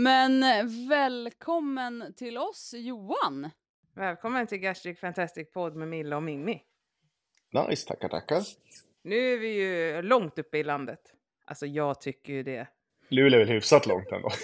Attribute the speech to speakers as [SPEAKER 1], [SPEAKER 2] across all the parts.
[SPEAKER 1] Men välkommen till oss, Johan.
[SPEAKER 2] Välkommen till Gastric Fantastic Podd med Milla och Mimmi.
[SPEAKER 3] Nice, tackar.
[SPEAKER 2] Nu är vi ju långt uppe i landet. Alltså jag tycker ju det.
[SPEAKER 3] Luleå är väl hyfsat långt ändå.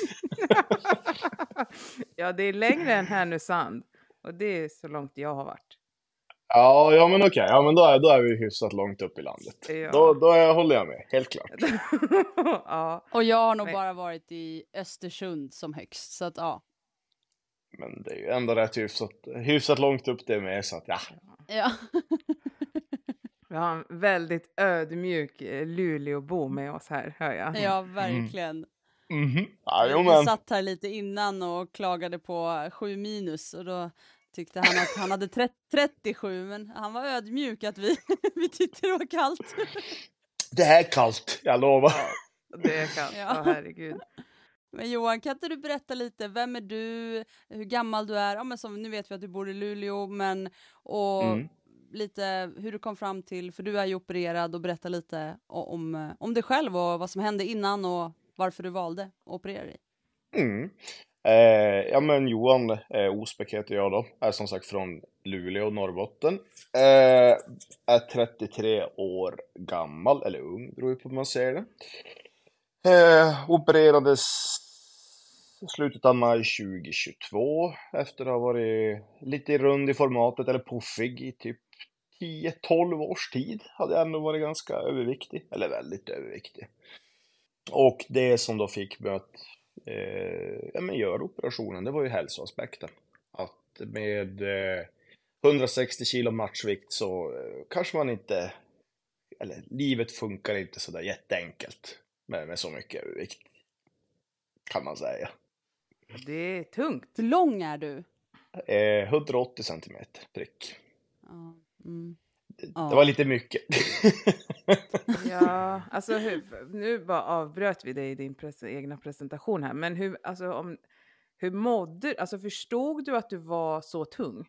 [SPEAKER 2] Ja, det är längre än Härnösand. Och det är så långt jag har varit.
[SPEAKER 3] Ja, men okej. Ja, men då är vi hyfsat långt upp i landet.
[SPEAKER 2] Ja.
[SPEAKER 3] Då håller jag med, helt klart.
[SPEAKER 2] Ja.
[SPEAKER 1] Och jag har nog
[SPEAKER 2] Men-
[SPEAKER 1] bara varit i Östersund som högst. Så att ja.
[SPEAKER 3] Men det är ju ändå rätt hyfsat långt upp det med, så att ja.
[SPEAKER 1] Ja.
[SPEAKER 2] Vi har en väldigt ödmjuk Luleåbo med oss här, hör jag.
[SPEAKER 1] Ja, verkligen.
[SPEAKER 3] Ja, jo,
[SPEAKER 1] Vi
[SPEAKER 3] men.
[SPEAKER 1] satt här lite innan och klagade på 7 minus. Och då tyckte han att han hade 37. Men han var ödmjuk att vi tyckte det var kallt.
[SPEAKER 3] Det här är kallt, jag lovar.
[SPEAKER 2] Det är kallt,
[SPEAKER 1] Ja.
[SPEAKER 2] herregud.
[SPEAKER 1] Men Johan, kan inte du berätta lite, vem är du, hur gammal du är? Ja, men som, nu vet vi att du bor i Luleå, men och lite hur du kom fram till, för du är ju opererad, och berätta lite om dig själv och vad som hände innan och varför du valde att operera dig.
[SPEAKER 3] Ja, men Johan Osbeck heter jag då. Är som sagt från Luleå, Norrbotten. Är 33 år gammal, eller ung, beror ju på hur man ser det. Opererades i slutet av maj 2022 efter att ha varit lite rund i formatet, eller puffig i typ 10-12 års tid. Hade jag ändå varit ganska överviktig, eller väldigt överviktig. Och det som då fick mig att göra operationen, det var ju hälsoaspekten. Att med 160 kilo matchvikt så kanske man inte, eller livet funkar inte så där jätteenkelt med så mycket övervikt, kan man säga.
[SPEAKER 2] Det är tungt.
[SPEAKER 1] Hur lång är du?
[SPEAKER 3] 180 centimeter prick.
[SPEAKER 1] Ja,
[SPEAKER 3] Det var lite mycket.
[SPEAKER 2] Ja, alltså nu bara avbröt vi dig i din egna presentation här. Men hur mådde du? Alltså förstod du att du var så tung?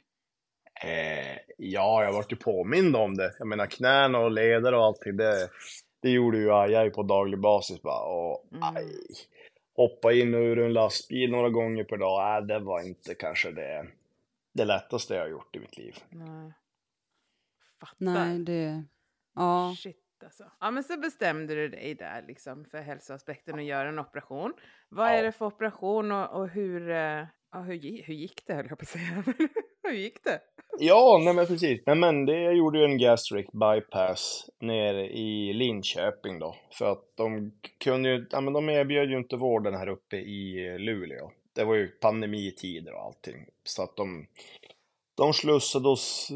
[SPEAKER 3] Ja, jag var ju påmind om det. Jag menar, knäna och leder och allting, det gjorde ju jag på daglig basis bara. Och hoppa in och ur en lastbil några gånger per dag, det var inte kanske det lättaste jag har gjort i mitt liv.
[SPEAKER 2] Nej. Fattar.
[SPEAKER 1] Nej, det... Ja.
[SPEAKER 2] Shit alltså. Ja, men så bestämde du dig där liksom för hälsoaspekten att göra en operation. Vad är det för operation och hur gick det, höll jag på att säga. Hur gick det?
[SPEAKER 3] Ja, nej men precis. Men jag gjorde ju en gastric bypass nere i Linköping då. För att de kunde ju, ja men de erbjöd ju inte vården här uppe i Luleå. Det var ju pandemitider och allting. Så att de slussade oss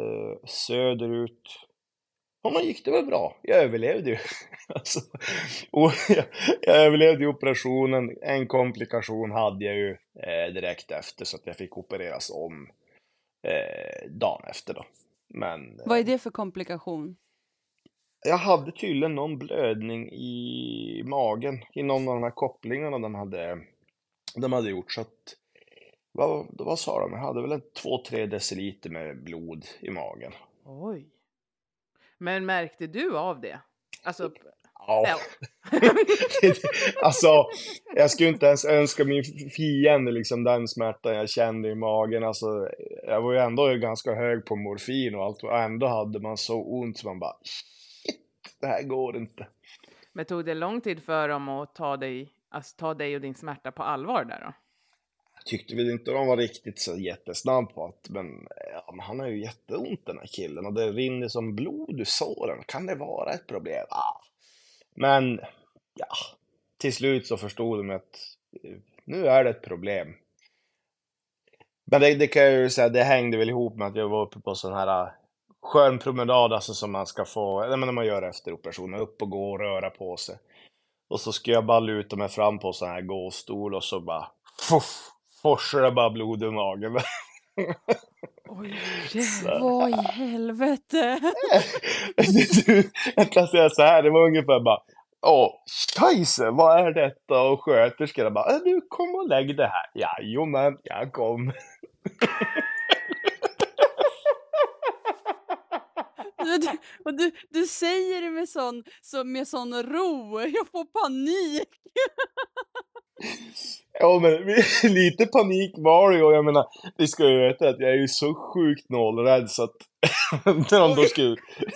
[SPEAKER 3] söderut. Och då gick det väl bra. Jag överlevde ju. Alltså, och jag överlevde ju operationen. En komplikation hade jag ju direkt efter, så att jag fick opereras om dagen efter då. Men
[SPEAKER 1] Vad är det för komplikation?
[SPEAKER 3] jag hade tydligen någon blödning i magen, i någon av de här kopplingarna de hade gjort, så att vad sa de? Jag hade väl 2-3 deciliter med blod i magen.
[SPEAKER 2] Oj. Men märkte du av det? Alltså,
[SPEAKER 3] Ja. Alltså, jag skulle inte ens önska min fiende liksom den smärtan jag kände i magen. Alltså, jag var ju ändå ganska hög på morfin och allt, och ändå hade man så ont så man bara, shit, det här går inte.
[SPEAKER 2] men tog det lång tid för dem att ta dig och din smärta på allvar där då?
[SPEAKER 3] Jag tyckte väl inte de var riktigt så jättesnabb på att, men han har ju jätteont den här killen och det rinner som blod ur såren. Kan det vara ett problem? Men ja, till slut så förstod de att nu är det ett problem. Men det kan jag ju säga, det hängde väl ihop med att jag var uppe på sån här skön promenad, alltså som man ska få, när man gör efter operationen, upp och gå och röra på sig. Och så ska jag bara luta mig fram på sån här gåstol och så bara forsar det bara blod ur magen.
[SPEAKER 2] Oj,
[SPEAKER 1] Vad i helvete?
[SPEAKER 3] Jag kan säga så här, det var ungefär bara, scheisse, vad är detta? Och sköterskorna bara, du kom och lägg det här. Jajamän, jag kom.
[SPEAKER 1] Och du säger det med sån ro. Jag får panik.
[SPEAKER 3] Ja, men lite panik var det ju. Och jag menar, vi ska ju veta att jag är ju så sjukt nålrädd så att när de då skulle...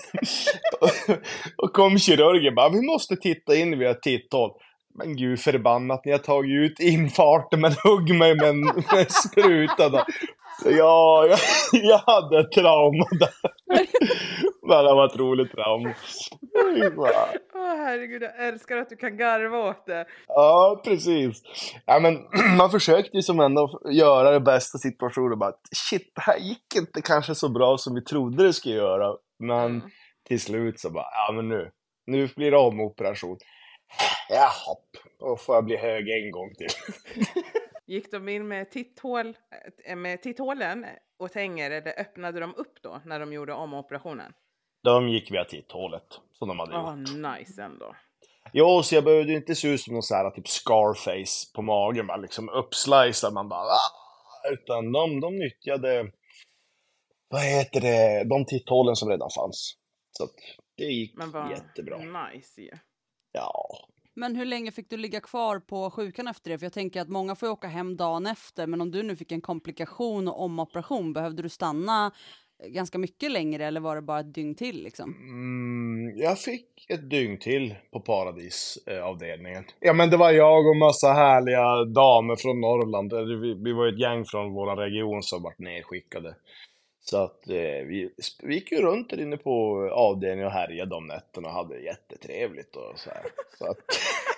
[SPEAKER 3] och kom kirurgen bara, vi måste titta in via titthål. Men gud förbannat, ni har tagit ut infarten men hugg mig med en spruta då. Så jag hade ett trauma där. Men det var ett roligt trauma.
[SPEAKER 2] Herregud, jag älskar att du kan garva åt det.
[SPEAKER 3] Ja, precis. Ja, men man försökte ju som ändå göra det bästa situationen. Bara, shit, det här gick inte kanske så bra som vi trodde det skulle göra. Men till slut så bara, ja men nu blir det omoperation. Jaha, då får jag bli hög en gång till.
[SPEAKER 2] Gick de in med titthålen och tänger, eller öppnade de upp då när de gjorde omoperationen?
[SPEAKER 3] De gick via titthålet som de hade gjort.
[SPEAKER 2] Nice ändå.
[SPEAKER 3] Jo, så jag behövde inte se ut som någon så här typ Scarface på magen, bara liksom uppslicead, man bara utan de nyttjade, vad heter det, de titthålen som redan fanns. Så att det gick jättebra.
[SPEAKER 2] Nice ju.
[SPEAKER 3] Ja.
[SPEAKER 1] Men hur länge fick du ligga kvar på sjukan efter det? För jag tänker att många får åka hem dagen efter, men om du nu fick en komplikation och omoperation, behövde du stanna ganska mycket längre eller var det bara ett dygn till liksom?
[SPEAKER 3] Jag fick ett dygn till på paradisavdelningen. Ja, men det var jag och massa härliga damer från Norrland. Vi var ett gäng från vår region som vart nedskickade. Så att vi gick ju runt där inne på avdelningen och härjade de nätterna och hade jättetrevligt och så här. Så att...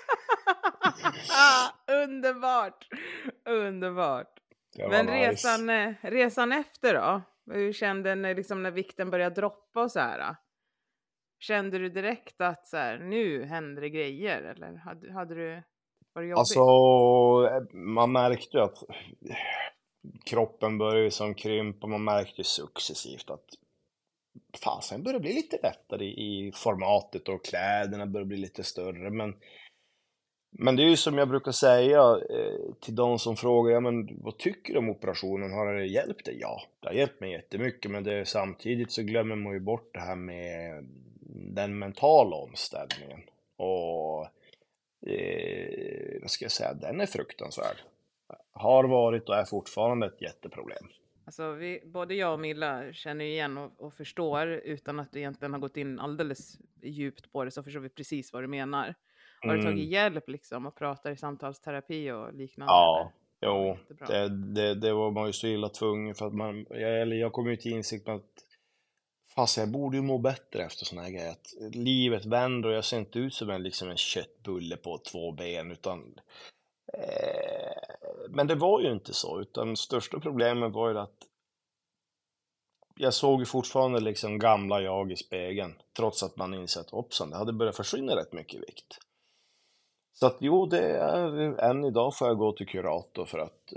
[SPEAKER 2] Underbart. Men resan efter då? Hur kände du liksom när vikten började droppa och så här? Kände du direkt att så här, nu händer det grejer? Eller var det jobbigt?
[SPEAKER 3] Alltså, man märkte ju att kroppen började som krympa. Man märkte successivt att fasen började bli lite lättare i formatet och kläderna började bli lite större. Men det är ju som jag brukar säga till de som frågar, ja men vad tycker du om operationen? Har det hjälpt dig? Ja, det har hjälpt mig jättemycket, men samtidigt så glömmer man ju bort det här med den mentala omställningen. Och vad ska jag säga, den är fruktansvärd. Har varit och är fortfarande ett jätteproblem.
[SPEAKER 2] Alltså både jag och Milla känner igen och förstår, utan att du egentligen har gått in alldeles djupt på det, så förstår vi precis vad du menar. Har du tagit hjälp liksom och pratar i samtalsterapi och liknande?
[SPEAKER 3] Ja, jo, det var man ju så illa tvungen för att jag kom ju till insikt med att fast jag borde ju må bättre efter såna här grejer. Att livet vänder och jag ser inte ut som en köttbulle på 2 ben utan men det var ju inte så, utan största problemet var ju att jag såg ju fortfarande liksom gamla jag i spegeln, trots att man insett hoppsan, det hade börjat försvinna rätt mycket vikt. Så att jo, det är än idag får jag gå till kurator för att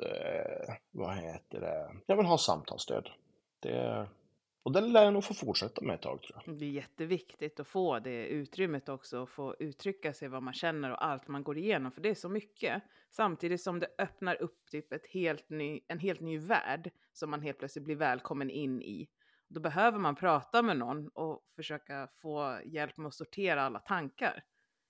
[SPEAKER 3] jag vill ha samtalsstöd. Och det lär jag nog få fortsätta med ett tag, tror jag.
[SPEAKER 2] Det är jätteviktigt att få det utrymmet också, att få uttrycka sig vad man känner och allt man går igenom, för det är så mycket. Samtidigt som det öppnar upp typ en helt ny värld som man helt plötsligt blir välkommen in i. Då behöver man prata med någon och försöka få hjälp med att sortera alla tankar.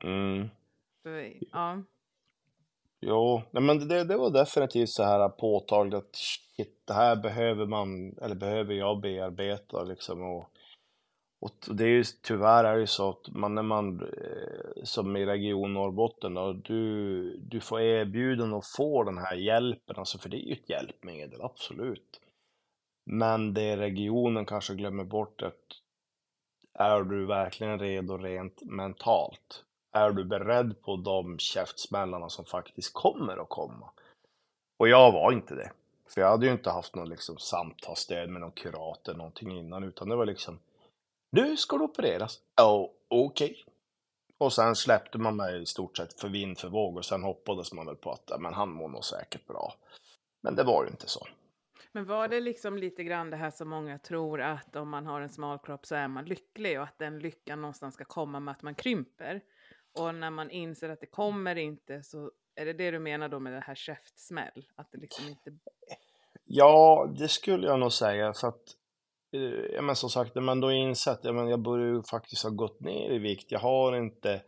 [SPEAKER 2] Ja.
[SPEAKER 3] Jo, men det var definitivt så här påtagligt att shit, det här behöver jag bearbeta liksom, och det är ju tyvärr är det så att när man som i Region Norrbotten då, du får erbjuden att få den här hjälpen, alltså, för det är ju ett hjälpmedel, absolut. Men det regionen kanske glömmer bort att är du verkligen redo rent mentalt? Är du beredd på de käftsmällarna som faktiskt kommer att komma? Och jag var inte det. För jag hade ju inte haft någon liksom samtalsstöd med någon kurator någonting innan. Utan det var liksom, du ska du opereras? Ja, okej. Och sen släppte man mig i stort sett för vind för våg. Och sen hoppades man väl på att men han mår nog säkert bra. Men det var ju inte så.
[SPEAKER 2] Men var det liksom lite grann det här som många tror, att om man har en smal kropp så är man lycklig, och att den lyckan någonstans ska komma med att man krymper? Och när man inser att det kommer inte, så är det du menar då med det här käftsmäll? Att det liksom inte...
[SPEAKER 3] Ja, det skulle jag nog säga. För att, men som sagt, när man då insett, jag börjar ju faktiskt ha gått ner i vikt. Jag har inte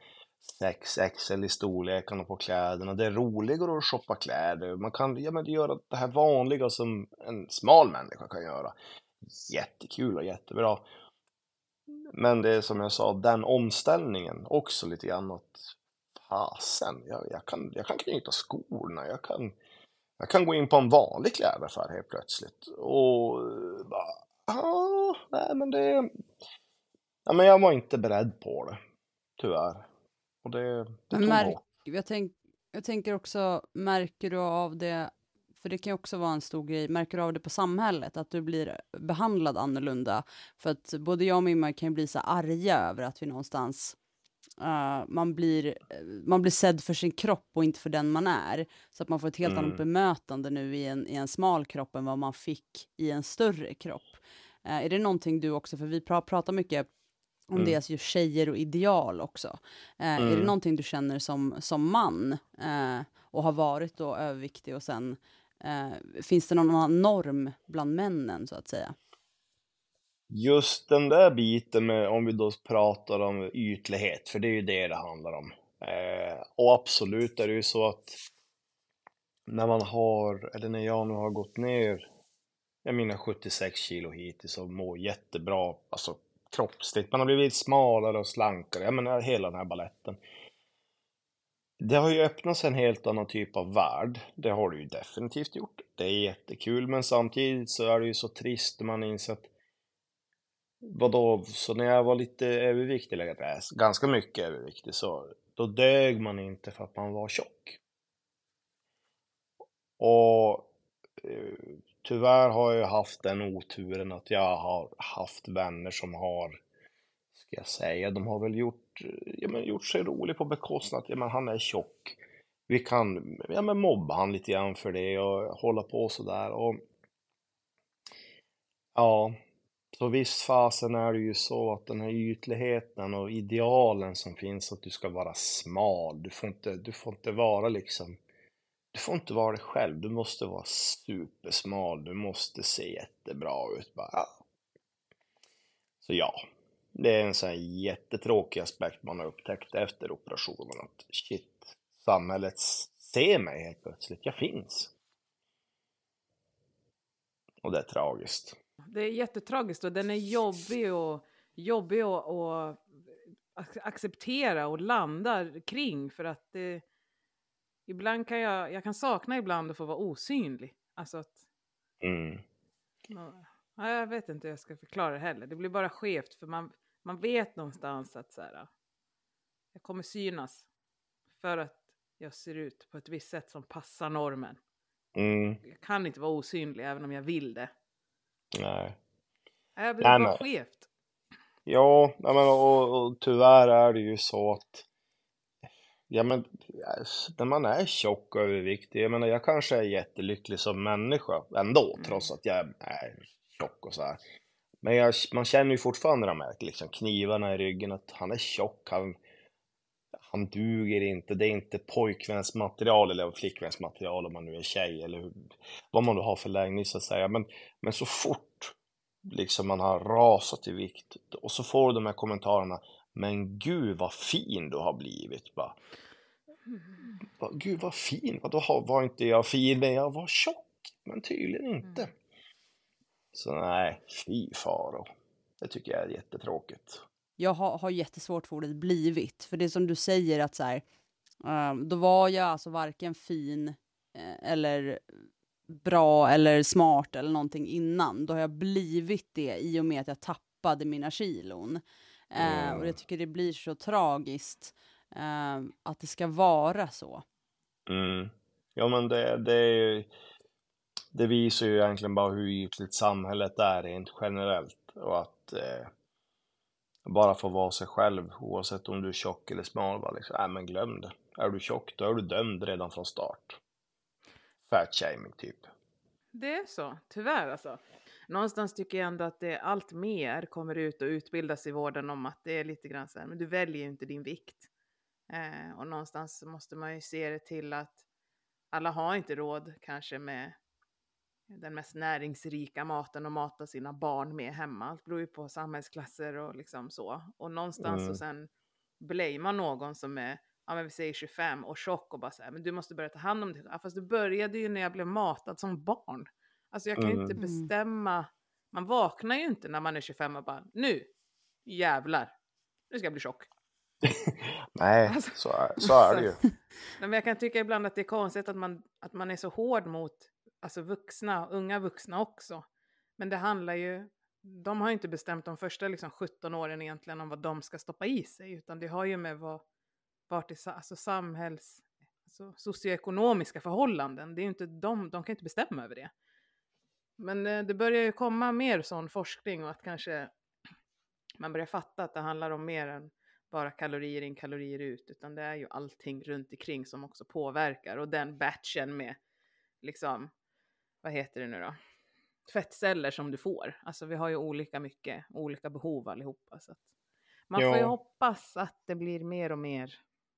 [SPEAKER 3] 6XL i storlekarna på kläderna. Det är roligare att shoppa kläder. Man kan göra det här vanliga som en smal människa kan göra. Jättekul och jättebra. Men det är som jag sa, den omställningen också lite grann att fasen, jag kan knyta skorna, jag kan gå in på en vanlig klädaffär helt plötsligt och bara, nej men ja, men jag var inte beredd på det, tyvärr. Och det tog hårt.
[SPEAKER 1] Jag tänker också, märker du av det, för det kan ju också vara en stor grej, märker du av det på samhället, att du blir behandlad annorlunda? För att både jag och Mimma kan ju bli så arga över att vi någonstans, man blir sedd för sin kropp och inte för den man är. Så att man får ett helt annat bemötande nu i en smal kropp än vad man fick i en större kropp. Är det någonting du också, för vi pratar mycket om det är ju tjejer och ideal också. Är det någonting du känner som man och har varit då överviktig och sen finns det någon annan norm bland männen så att säga?
[SPEAKER 3] Just den där biten med, om vi då pratar om ytlighet, för det är ju det handlar om. Och absolut är det ju så att när jag nu har gått ner, jag menar 76 kilo hittills och mår jättebra, alltså kroppsligt. Man har blivit smalare och slankare, jag menar hela den här balletten. Det har ju öppnat en helt annan typ av värld. Det har det ju definitivt gjort. Det är jättekul, men samtidigt så är det ju så trist när man inser att vadå, så när jag var lite överviktig, eller ganska mycket överviktig, så då dög man inte för att man var tjock. Och tyvärr har jag haft den oturen att jag har haft vänner som har, ska jag säga, de har väl gjort sig rolig på bekostnad att han är tjock. Vi kan mobba han lite grann för det och hålla på sådär. Och ja, så visst fasen är det ju så att den här ytligheten och idealen som finns att du ska vara smal, du får inte vara liksom, du får inte vara dig själv, du måste vara supersmal, du måste se jättebra ut bara. Ja. Så ja, det är en sån här jättetråkig aspekt man har upptäckt efter operationen, att shit, samhället ser mig helt plötsligt, jag finns. Och det är tragiskt.
[SPEAKER 2] Det är jättetragiskt och den är jobbig att acceptera och landa kring, för att ibland kan jag kan sakna ibland att få vara osynlig. Alltså att jag vet inte hur jag ska förklara det heller. Det blir bara skevt, för man vet någonstans att så här, jag kommer synas för att jag ser ut på ett visst sätt som passar normen. Jag kan inte vara osynlig även om jag vill det.
[SPEAKER 3] Nej.
[SPEAKER 2] Det blir bara skevt.
[SPEAKER 3] Ja, och tyvärr är det ju så att när man är tjock och överviktig, jag kanske är jättelycklig som människa ändå, trots att jag är tjock och så här. Men man känner ju fortfarande de här liksom, knivarna i ryggen, att han är tjock, han duger inte, det är inte pojkvänsmaterial eller flickvänsmaterial om man nu är tjej eller vad man nu har för läggning så att säga. Men så fort liksom man har rasat i vikt och så får du de här kommentarerna, men gud vad fin du har blivit, bara. Gud vad fin, då var inte jag fin, men jag var tjock, men tydligen inte. Så nej, fy faro. Det tycker jag är jättetråkigt.
[SPEAKER 1] Jag har jättesvårt för ordet blivit, för det är som du säger att så här, då var jag alltså varken fin eller bra eller smart eller någonting innan. Då har jag blivit det i och med att jag tappade mina kilon. Och jag tycker det blir så tragiskt att det ska vara så.
[SPEAKER 3] Ja, men det visar ju egentligen bara hur ytligt samhället är rent generellt, och att bara få vara sig själv oavsett om du är tjock eller smal, bara liksom, men glöm det. Är du tjock, då är du dömd redan från start. Fat shaming typ.
[SPEAKER 2] Det är så, tyvärr alltså. Någonstans tycker jag ändå att det allt mer kommer ut och utbildas i vården om att det är lite grann så här, men du väljer ju inte din vikt. Och någonstans måste man ju se det till att alla har inte råd kanske med den mest näringsrika maten och mata sina barn med hemma. Allt beror ju på samhällsklasser och liksom så. Och någonstans och sen blamea någon som är, ja men vi säger 25 och tjock och bara så här, men du måste börja ta hand om det. Ja, fast det började ju när jag blev matad som barn. Alltså jag kan ju inte bestämma, man vaknar ju inte när man är 25 och bara, nu jävlar, nu ska jag bli tjock.
[SPEAKER 3] Nej,
[SPEAKER 2] Alltså,
[SPEAKER 3] så är det ju.
[SPEAKER 2] Nej, men jag kan tycka ibland att det är konstigt att man är så hård mot alltså unga vuxna också. Men det handlar ju, de har ju inte bestämt de första liksom 17 åren egentligen om vad de ska stoppa i sig. Utan det har ju med vart det alltså alltså socioekonomiska förhållanden. Det är ju inte de kan inte bestämma över det. Men det börjar ju komma mer sån forskning och att kanske man börjar fatta att det handlar om mer än bara kalorier in, kalorier ut. Utan det är ju allting runt omkring som också påverkar. Och den batchen med liksom, vad heter det nu då? Fettceller som du får. Alltså vi har ju olika behov allihopa. Så att man får ju hoppas att det blir mer och mer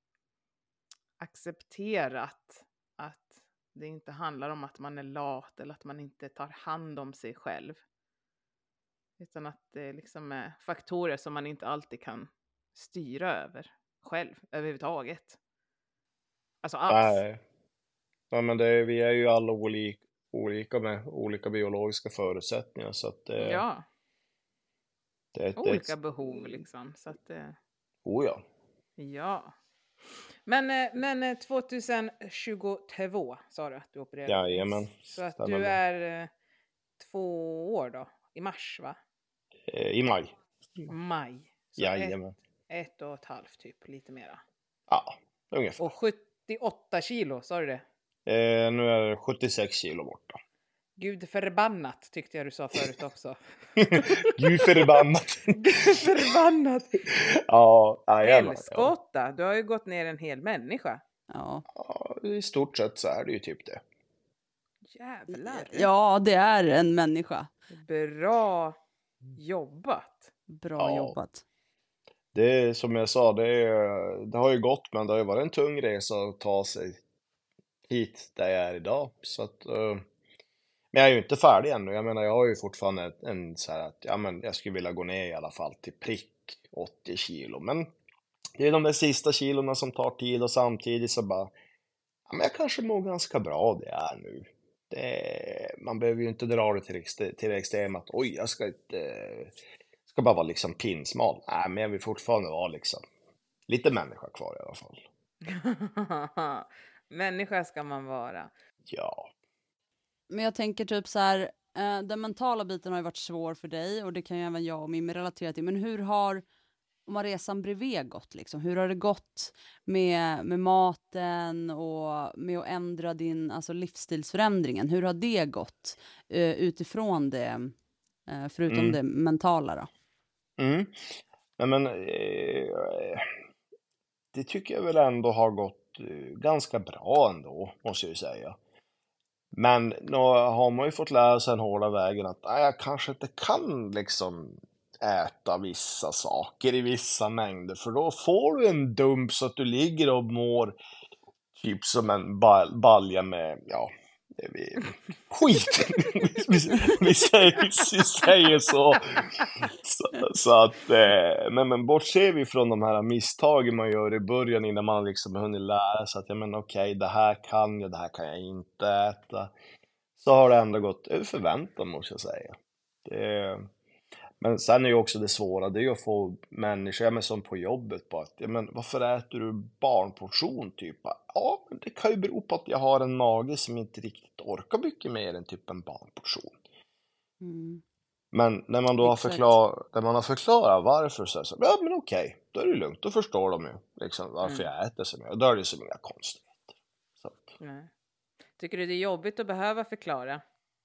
[SPEAKER 2] accepterat att det inte handlar om att man är lat eller att man inte tar hand om sig själv. Utan att det liksom är faktorer som man inte alltid kan styra över själv överhuvudtaget. Alltså alls.
[SPEAKER 3] Nej. Ja, men vi är ju alla olika med olika biologiska förutsättningar. Så att
[SPEAKER 2] ja. Olika behov liksom. Så att,
[SPEAKER 3] ja.
[SPEAKER 2] Ja. Men 2022 sa du att du opererade.
[SPEAKER 3] Jajamän.
[SPEAKER 2] Så att du är 2 år då? I mars va?
[SPEAKER 3] I maj.
[SPEAKER 2] Maj. Så
[SPEAKER 3] Jajamän.
[SPEAKER 2] 1,5 typ, lite mera.
[SPEAKER 3] Ja, ungefär.
[SPEAKER 2] Och 78 kilo, sa du det?
[SPEAKER 3] Nu är det 76 kilo borta.
[SPEAKER 2] Gud förbannat, tyckte jag du sa förut också.
[SPEAKER 3] Gud förbannat.
[SPEAKER 2] Gud förbannat.
[SPEAKER 3] Ja,
[SPEAKER 2] helskotta, du har ju gått ner en hel människa.
[SPEAKER 1] Ja,
[SPEAKER 3] i stort sett så är det ju typ det.
[SPEAKER 2] Jävlar.
[SPEAKER 1] Ja, det är en människa.
[SPEAKER 2] Bra jobbat.
[SPEAKER 1] Bra jobbat.
[SPEAKER 3] Det är som jag sa, det har ju gått, men det har ju varit en tung resa att ta sig hit där jag är idag. Så att, men jag är ju inte färdig ännu. Jag menar, jag har ju fortfarande en så här att jag skulle vilja gå ner i alla fall till prick 80 kilo. Men det är de där sista kilorna som tar tid, och samtidigt så bara, men jag kanske mår ganska bra det är nu. Man behöver ju inte dra det till det extrema att oj, jag ska bara vara liksom pinsmal. Nej, men jag vill fortfarande vara liksom lite människa kvar i alla fall.
[SPEAKER 2] Människa ska man vara.
[SPEAKER 3] Ja.
[SPEAKER 1] Men jag tänker typ så här, den mentala biten har ju varit svår för dig, och det kan ju även jag och Mimmi relatera till. Men hur har resan bredvid gått liksom? Hur har det gått med maten och med att ändra din livsstilsförändringen? Hur har det gått utifrån det, förutom det mentala då?
[SPEAKER 3] Nej, men det tycker jag väl ändå har gått ganska bra ändå, måste jag ju säga. Men nu har man ju fått lära sig den hårda vägen att jag kanske inte kan liksom äta vissa saker i vissa mängder, för då får du en dump så att du ligger och mår typ som en balja med, skit. vi säger så. Så att, men bortser vi från de här misstagen man gör i början innan man liksom hunnit lära sig att okej, det här kan jag, det här kan jag inte äta. Så har det ändå gått över förväntan, måste jag säga. Men sen är ju också det svåra, det är ju att få människor som på jobbet på att, varför äter du barnportion typ? Ja, men det kan ju bero på att jag har en mage som inte riktigt orkar mycket mer än typ en barnportion. Men när man då har förklarat varför, så men okej, då är det lugnt, då förstår de ju liksom varför jag äter så mycket, och då är det så inga konstigheter. Så.
[SPEAKER 2] Nej. Tycker du det är jobbigt att behöva förklara?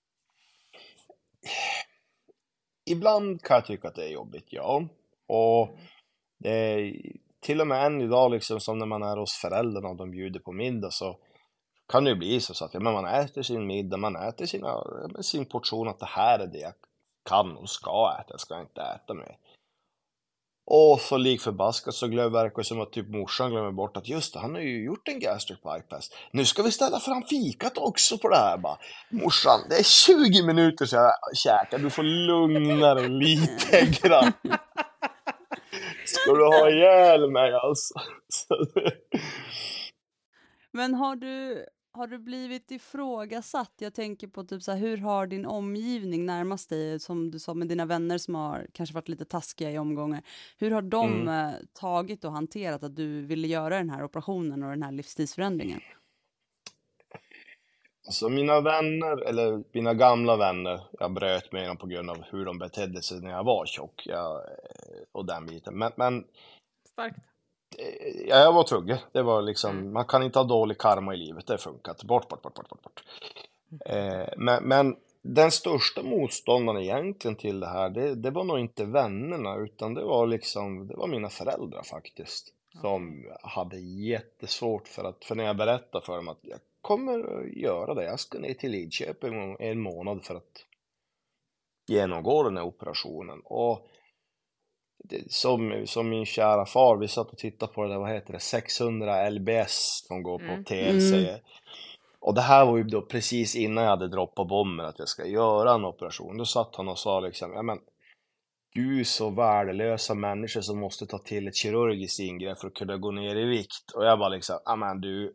[SPEAKER 3] Ibland kan jag tycka att det är jobbigt, ja. Och det är till och med än idag liksom, som när man är hos föräldrarna och de bjuder på middag, så kan det ju bli så att man äter sin middag, man äter sin portion, att det här är det jag kan och ska äta, jag ska inte äta mer. Och så lik förbaskat så verkar det som att typ morsan glömmer bort att just det, han har ju gjort en gastric bypass. Nu ska vi ställa fram fikat också på det här bara. Morsan, det är 20 minuter så jag käkar, du får lugna dig lite grann. Ska du ha ihjäl mig alltså?
[SPEAKER 1] Men har du blivit ifrågasatt? Jag tänker på typ så här, hur har din omgivning närmast dig, som du sa med dina vänner som har kanske varit lite taskiga i omgångar. Hur har de tagit och hanterat att du ville göra den här operationen och den här livsstilsförändringen?
[SPEAKER 3] Alltså mina vänner, eller mina gamla vänner, jag bröt med dem på grund av hur de betedde sig när jag var tjock, och den biten. Men
[SPEAKER 2] Starkt.
[SPEAKER 3] jag var tvungen. Det var liksom, man kan inte ha dålig karma i livet, det funkar inte. Bort. Men den största motståndaren egentligen till det här, det var nog inte vännerna, utan det var mina föräldrar faktiskt. Som hade jättesvårt för när jag berättade för dem att jag kommer att göra det. Jag ska ner till Lidköping en månad för att genomgå den här operationen. Och som min kära far, vi satt och tittade på det där, vad heter det, 600 LBS som går på TLC. Och det här var ju då precis innan jag hade droppat bomben att jag ska göra en operation. Då satt han och sa liksom, ja men du är så värdelösa människor som måste ta till ett kirurgiskt ingrepp för att kunna gå ner i vikt. Och jag bara liksom, ja men du...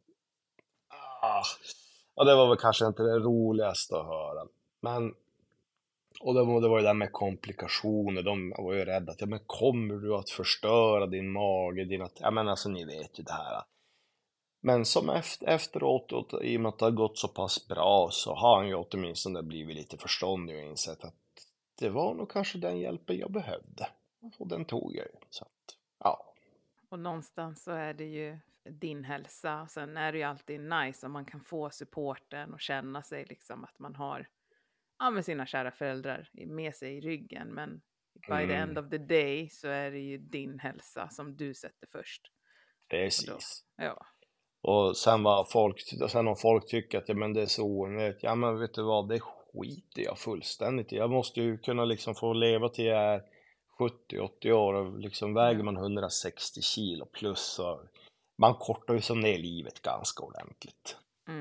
[SPEAKER 3] Och det var väl kanske inte det roligaste att höra. Men... Och det var ju det där med komplikationer. De var ju rädda att, ja men kommer du att förstöra din mage, ja men alltså ni vet ju det här. Men som efteråt, i och med att det har gått så pass bra, så har han ju åtminstone blivit lite förståndig och insett att det var nog kanske den hjälpen jag behövde. Och den tog jag ju. Så att, ja.
[SPEAKER 2] Och någonstans så är det ju din hälsa. Sen är det ju alltid nice om man kan få supporten och känna sig liksom att man har med sina kära föräldrar med sig i ryggen. Men by the end of the day så är det ju din hälsa som du sätter först.
[SPEAKER 3] Precis.
[SPEAKER 2] Ja.
[SPEAKER 3] Och sen om folk tycker att ja, men det är så onödigt, ja men vet du vad, det skiter jag fullständigt i. Jag måste ju kunna liksom få leva till jag är 70-80 år och liksom väger man 160 kilo plus, så man kortar ju som ner livet ganska ordentligt.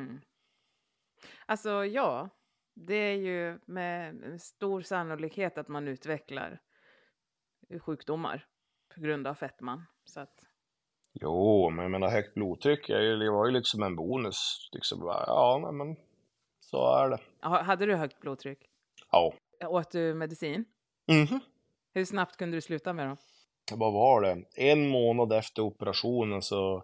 [SPEAKER 2] Alltså ja, det är ju med stor sannolikhet att man utvecklar sjukdomar på grund av fettman. Så att...
[SPEAKER 3] Jo, men jag menar högt blodtryck det var ju liksom en bonus. Liksom, ja, men så är det.
[SPEAKER 2] Hade du högt blodtryck?
[SPEAKER 3] Ja.
[SPEAKER 2] Åt du medicin?
[SPEAKER 3] Mhm.
[SPEAKER 2] Hur snabbt kunde du sluta med dem?
[SPEAKER 3] Vad var det? En månad efter operationen så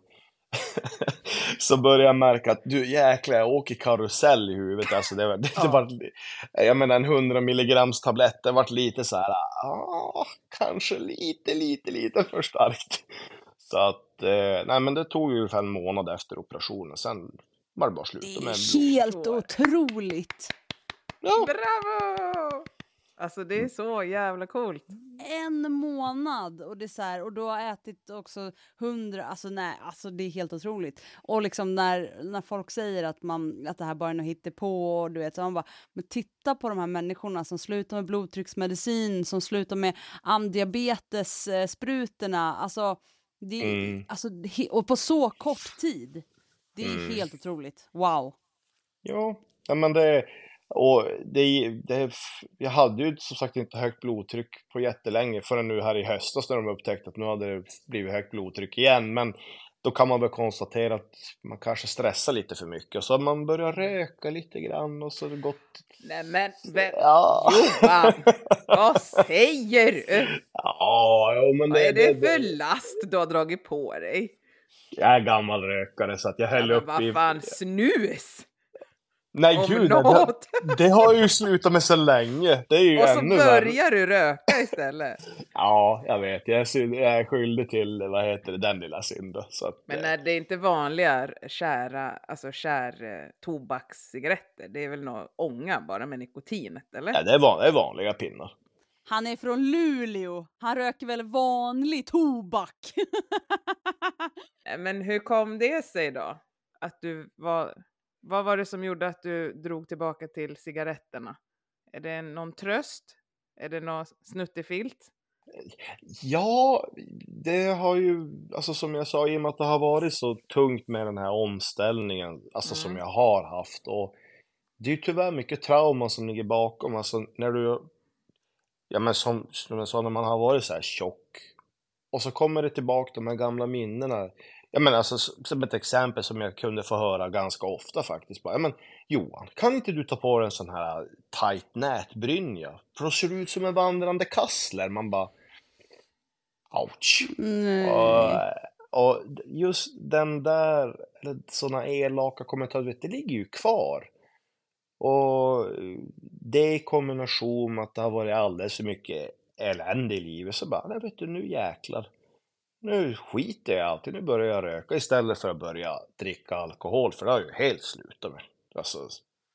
[SPEAKER 3] så började jag märka att du jäklar, jag åker karusell i huvudet. Alltså det var, jag menar en 100 milligrams tablett, det var lite så här, kanske lite för starkt. Så att, nej men det tog ju ungefär en månad efter operationen, sen var det bara slut.
[SPEAKER 1] Det är helt otroligt!
[SPEAKER 3] Ja.
[SPEAKER 2] Bravo! Alltså det är så jävla coolt.
[SPEAKER 1] En månad och det är så här, och du har ätit också 100, alltså nej, alltså det är helt otroligt. Och liksom när folk säger att det här bara är något hittepå, och du vet, så man bara, men titta på de här människorna som slutar med blodtrycksmedicin, som slutar med diabetes-sprutorna, alltså det alltså och på så kort tid. Det är helt otroligt. Wow.
[SPEAKER 3] Ja, men jag hade ju som sagt inte högt blodtryck på jättelänge förrän nu här i höstas när de upptäckte att nu hade det blivit högt blodtryck igen. Men då kan man väl konstatera att man kanske stressar lite för mycket, och så har man börjat röka lite grann och så har det gått...
[SPEAKER 2] Nej men,
[SPEAKER 3] ja.
[SPEAKER 2] Johan, vad säger du?
[SPEAKER 3] Ja, men
[SPEAKER 2] vad är det för last du har dragit på dig?
[SPEAKER 3] Jag är gammal rökare så att jag höll upp
[SPEAKER 2] vad fan, snus?
[SPEAKER 3] Nej gud, det har ju slutat med så länge. Det är ju
[SPEAKER 2] och så
[SPEAKER 3] ännu
[SPEAKER 2] börjar du röka istället.
[SPEAKER 3] Ja, jag vet. Jag är skyldig till, den lilla synden. Så att,
[SPEAKER 2] men är det inte vanliga kär tobakscigaretter? Det är väl något ånga bara med nikotinet, eller?
[SPEAKER 3] Ja, det är vanliga pinnar.
[SPEAKER 1] Han är från Luleå. Han röker väl vanlig tobak.
[SPEAKER 2] Men hur kom det sig då? Att du vad var det som gjorde att du drog tillbaka till cigaretterna? Är det någon tröst? Är det någon snuttefilt?
[SPEAKER 3] Ja, det har ju, alltså som jag sa, i och med att det har varit så tungt med den här omställningen, alltså som jag har haft, och det är ju tyvärr mycket trauma som ligger bakom, alltså när du, ja men som jag sa, när man har varit så här tjock Och så kommer det tillbaka de här gamla minnena. Jag menar, alltså, som ett exempel som jag kunde få höra ganska ofta faktiskt. Bara, ja, men Johan, kan inte du ta på dig en sån här tight nätbrynja? För då ser du ut som en vandrande kassler. Man bara, ouch.
[SPEAKER 1] Nej.
[SPEAKER 3] Och just den där, eller såna elaka kommentarer, vet, det ligger ju kvar. Och det i kombination med att det har varit alldeles för mycket elände i livet, så bara, nej vet du, nu jäklar. Nu skiter jag i allt, nu börjar jag röka istället för att börja dricka alkohol, för det har ju helt slutat med. Alltså,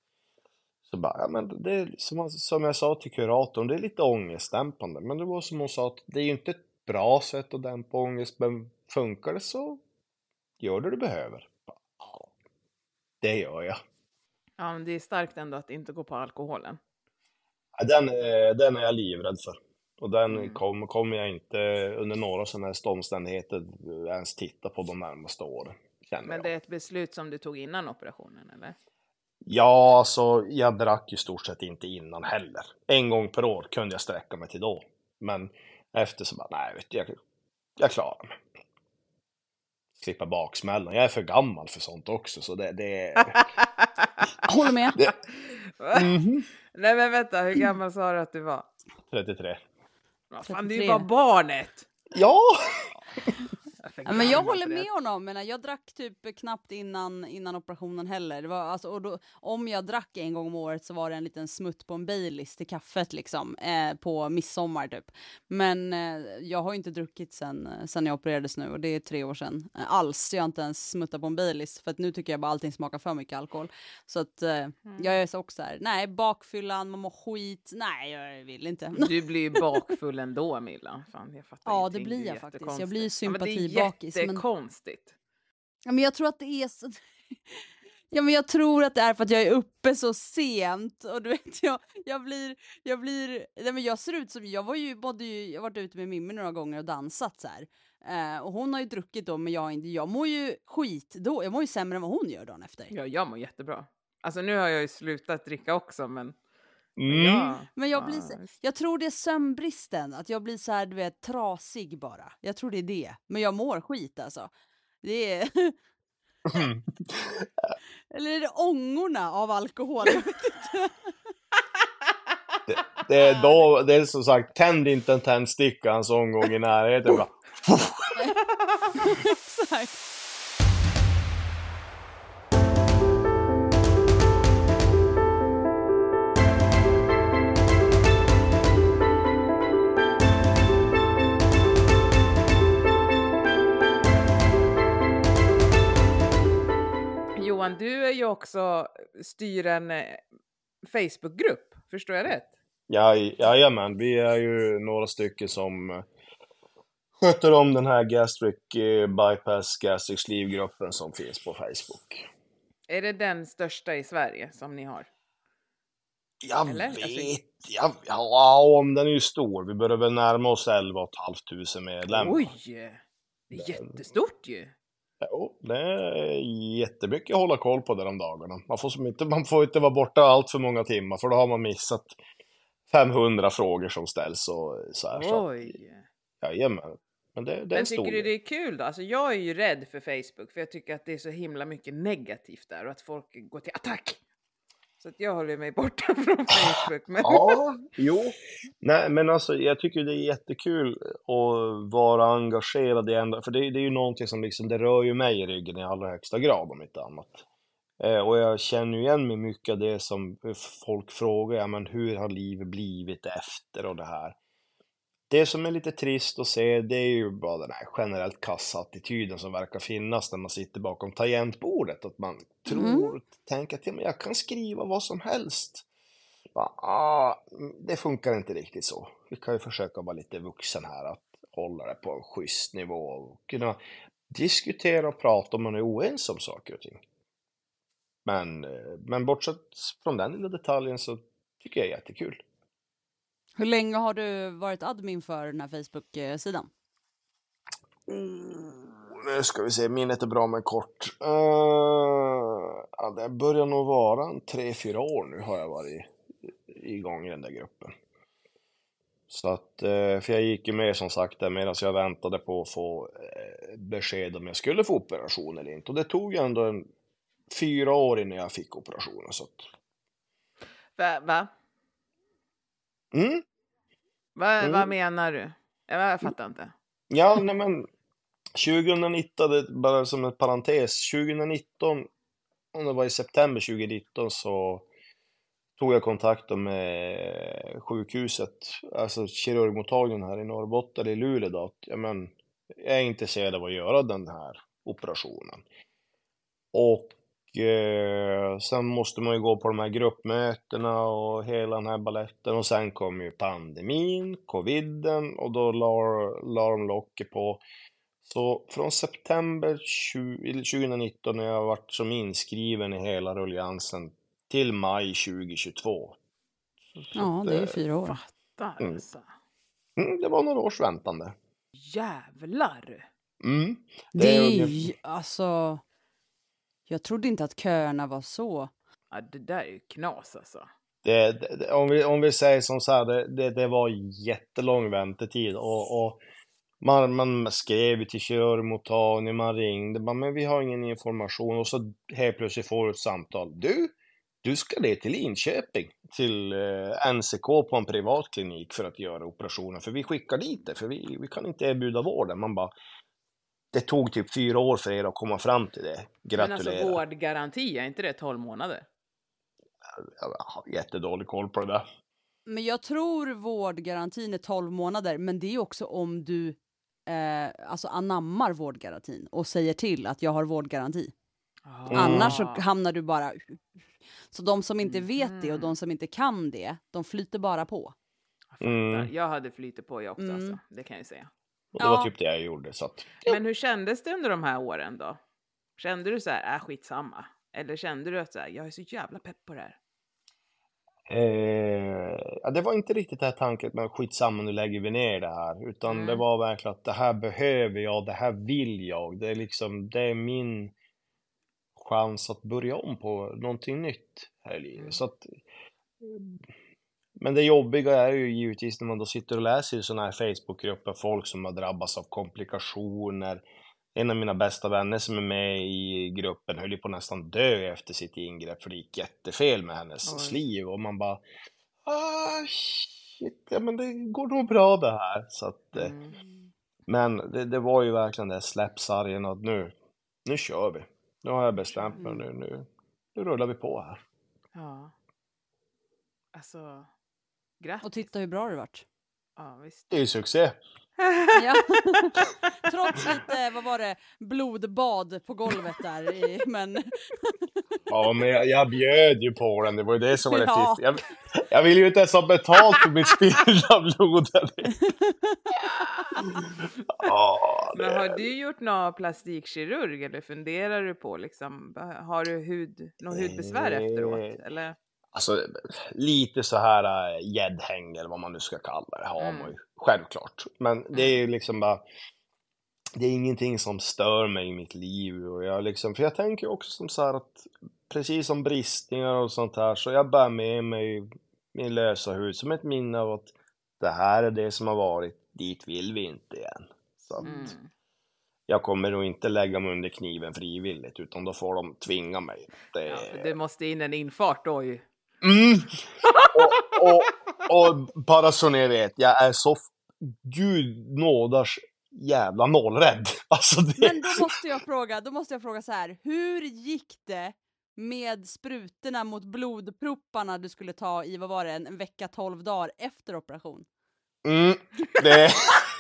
[SPEAKER 3] så bara, ja men det är som jag sa till kuratorn, det är lite ångestdämpande, men det var som hon sa att det är ju inte ett bra sätt att dämpa ångest, men funkar det så gör det du behöver. Ja, det gör jag.
[SPEAKER 2] Ja, men det är starkt ändå att inte gå på alkoholen.
[SPEAKER 3] Ja, den är jag livrädd för. Och den kommer jag inte under några sådana här omständigheter ens titta på de närmaste åren.
[SPEAKER 2] Men det är ett beslut som du tog innan operationen, eller?
[SPEAKER 3] Ja, alltså jag drack ju stort sett inte innan heller. En gång per år kunde jag sträcka mig till då. Men efter så bara, nej vet du, jag klarar mig. Slippa baksmällan. Jag är för gammal för sånt också, så det
[SPEAKER 1] Håller med.
[SPEAKER 2] Nej men vänta, hur gammal sa du att du var?
[SPEAKER 3] 33.
[SPEAKER 2] Vad fan, det är ju bara barnet!
[SPEAKER 3] Ja!
[SPEAKER 1] Ja, men jag håller med honom, men jag drack typ knappt innan operationen heller. Det var, alltså, och då, om jag drack en gång om året så var det en liten smutt på en Baileys till kaffet liksom, på midsommar typ. Men jag har inte druckit sen jag opererades nu, och det är 3 år sedan. Alls, jag har inte ens smuttat på en Baileys, för att nu tycker jag bara allting smakar för mycket alkohol. Så att jag är så också här, nej, bakfyllan, man mår skit, nej jag vill inte.
[SPEAKER 2] Du blir ju bakfull ändå, Milla. Fan, jag fattar
[SPEAKER 1] ja,
[SPEAKER 2] ingenting.
[SPEAKER 1] det blir jag faktiskt. Jag blir ju
[SPEAKER 2] sympatibakis.
[SPEAKER 1] sympatibakis.
[SPEAKER 2] Ja, men det är jättekonstigt.
[SPEAKER 1] Ja, men jag tror att det är så... Ja, men jag tror att det är för att jag är uppe så sent, och du vet, jag blir nej, men jag ser ut som, jag har varit ute med Mimmi några gånger och dansat så här. Och hon har ju druckit då, men jag mår ju skit då, jag mår ju sämre än vad hon gör dagen efter.
[SPEAKER 2] Ja, jag mår jättebra. Alltså nu har jag ju slutat dricka också, men
[SPEAKER 1] men jag blir jag tror det är sömnbristen, att jag blir så här, du vet, trasig bara. Jag tror det är det, men jag mår skit alltså. Det är eller är det ångorna av alkohol? Jag vet inte.
[SPEAKER 3] Det är som sagt, tänd inte en tändsticka en sån gång i närheten. Bara.
[SPEAKER 1] Exakt.
[SPEAKER 2] Johan, du är ju också styr en Facebookgrupp, förstår jag rätt?
[SPEAKER 3] Jajamän, vi är ju några stycken som sköter om den här gastric bypass gastric sleeve-gruppen som finns på Facebook.
[SPEAKER 2] Är det den största i Sverige som ni har?
[SPEAKER 3] Jag
[SPEAKER 2] eller?
[SPEAKER 3] vet, ja, om den är ju stor. Vi börjar väl närma oss 11 500 medlemmar.
[SPEAKER 2] Oj, det är jättestort ju.
[SPEAKER 3] Jo, det är jättemycket att hålla koll på där de dagarna. Man får inte vara borta allt för många timmar, för då har man missat 500 frågor som ställs och så här.
[SPEAKER 2] Oj.
[SPEAKER 3] Jajamän. Men det är en stor
[SPEAKER 2] tycker du det är kul då? Alltså jag är ju rädd för Facebook, för jag tycker att det är så himla mycket negativt där och att folk går till attack. Så att jag håller mig borta från Facebook. Men...
[SPEAKER 3] Ja, jo. Nej, men alltså jag tycker det är jättekul att vara engagerad i ändå, för det är ju någonting som liksom, det rör ju mig i ryggen i allra högsta grad om inte annat. Och jag känner ju igen mig mycket av det som folk frågar, ja, men hur har livet blivit efter och det här. Det som är lite trist att se, det är ju bara den här generellt kassattityden som verkar finnas när man sitter bakom tangentbordet. Att man tänker att ja, men jag kan skriva vad som helst. Det funkar inte riktigt så. Vi kan ju försöka vara lite vuxen här, att hålla det på en schysst nivå och kunna diskutera och prata om man är oense om saker och ting. Men bortsett från den lilla detaljen så tycker jag det är jättekul.
[SPEAKER 1] Hur länge har du varit admin för den här Facebook-sidan?
[SPEAKER 3] Nu ska vi se, minnet är bra men kort. Det börjar nog vara 3-4 år nu har jag varit igång i den där gruppen. Så att, för jag gick ju med som sagt där medan jag väntade på att få besked om jag skulle få operation eller inte. Och det tog ju ändå 4 år innan jag fick operationen. Så att...
[SPEAKER 2] Va?
[SPEAKER 3] Mm.
[SPEAKER 2] Vad menar du? Jag fattar inte.
[SPEAKER 3] Ja, nej men 2019, bara som en parentes, 2019, om det var i september 2019 så tog jag kontakt med sjukhuset, alltså kirurgmottagningen här i Norrbotten, i Luleå då, att jag är intresserad av att göra den här operationen. Och sen måste man ju gå på de här gruppmötena och hela den här balletten, och sen kom ju pandemin, coviden, och då la de locket på. Så från september 2019 när jag varit som inskriven i hela rulliansen till maj 2022.
[SPEAKER 1] Ja, det är ju 4 år.
[SPEAKER 2] Fattar alltså.
[SPEAKER 3] Det var några års väntande.
[SPEAKER 2] Jävlar!
[SPEAKER 1] Det är ju, alltså... Jag trodde inte att köerna var så.
[SPEAKER 2] Ja, det där är ju knas alltså.
[SPEAKER 3] Om vi säger som så här, det var jättelång väntetid. Och man skrev till kirurgmottagningen, man ringde, men vi har ingen information. Och så helt plötsligt får du ett samtal. Du ska det till Linköping, till NCK på en privat klinik för att göra operationen. För vi skickar dit det, för vi kan inte erbjuda vården. Man bara, det tog typ 4 år för er att komma fram till det. Gratulerar.
[SPEAKER 2] Men alltså vårdgaranti, är inte det 12 månader?
[SPEAKER 3] Jag har jättedålig koll på det där.
[SPEAKER 1] Men jag tror vårdgarantin är 12 månader, men det är också om du alltså anammar vårdgarantin och säger till att jag har vårdgaranti. Annars så hamnar du bara... Så de som inte vet det och de som inte kan det, de flyter bara på.
[SPEAKER 2] Jag hade flyttat på jag också, alltså. Det kan jag säga.
[SPEAKER 3] Och det var typ det jag gjorde. Så att...
[SPEAKER 2] Men hur kändes det under de här åren då? Kände du så här, skitsamma? Eller kände du att så här, jag är så jävla pepp på det här?
[SPEAKER 3] Ja, det var inte riktigt det här tanken, men skitsamma, nu lägger vi ner det här. Utan det var verkligen att det här behöver jag, det här vill jag. Det är liksom, det är min chans att börja om på någonting nytt här i livet. Så att, men det jobbiga är ju givetvis när man då sitter och läser i sådana här Facebookgrupper, folk som har drabbats av komplikationer. En av mina bästa vänner som är med i gruppen höll ju på nästan dö efter sitt ingrepp, för det gick jättefel med hennes sliv. Och man bara, shit, ja, men det går nog bra det här. Så att, men det var ju verkligen det släppsargen att nu kör vi. Nu har jag bestämt mig, nu rullar vi på här.
[SPEAKER 2] Ja. Alltså, grattis.
[SPEAKER 1] Och titta hur bra det varit.
[SPEAKER 2] Ja, visst.
[SPEAKER 3] Det är ju succé.
[SPEAKER 1] Ja. Trots lite, vad var det, blodbad på golvet där. Men...
[SPEAKER 3] Ja, men jag bjöd ju på den. Det var ju det som var det fiffigt. Jag vill ju inte ens ha betalt för mitt spillda blod.
[SPEAKER 2] Men har du gjort någon plastikkirurg eller funderar du på liksom, har du någon hudbesvär efteråt eller?
[SPEAKER 3] Alltså lite så här gäddhäng eller vad man nu ska kalla det har man ju självklart. Men det är ju liksom bara, det är ingenting som stör mig i mitt liv. Och jag liksom, för jag tänker också som så här att precis som bristningar och sånt här, så jag bär med mig min lösa hud som ett minne av att det här är det som har varit, dit vill vi inte igen. Så att jag kommer nog inte lägga mig under kniven frivilligt, utan då får de tvinga mig.
[SPEAKER 2] Det måste in en infart då ju.
[SPEAKER 3] Och bara så ni vet, jag är så gud nådars jävla nollrädd. Alltså det...
[SPEAKER 1] Men då måste jag fråga så här, hur gick det med sprutorna mot blodpropparna du skulle ta i, vad var det, en vecka 12 dagar efter operation?
[SPEAKER 3] Det...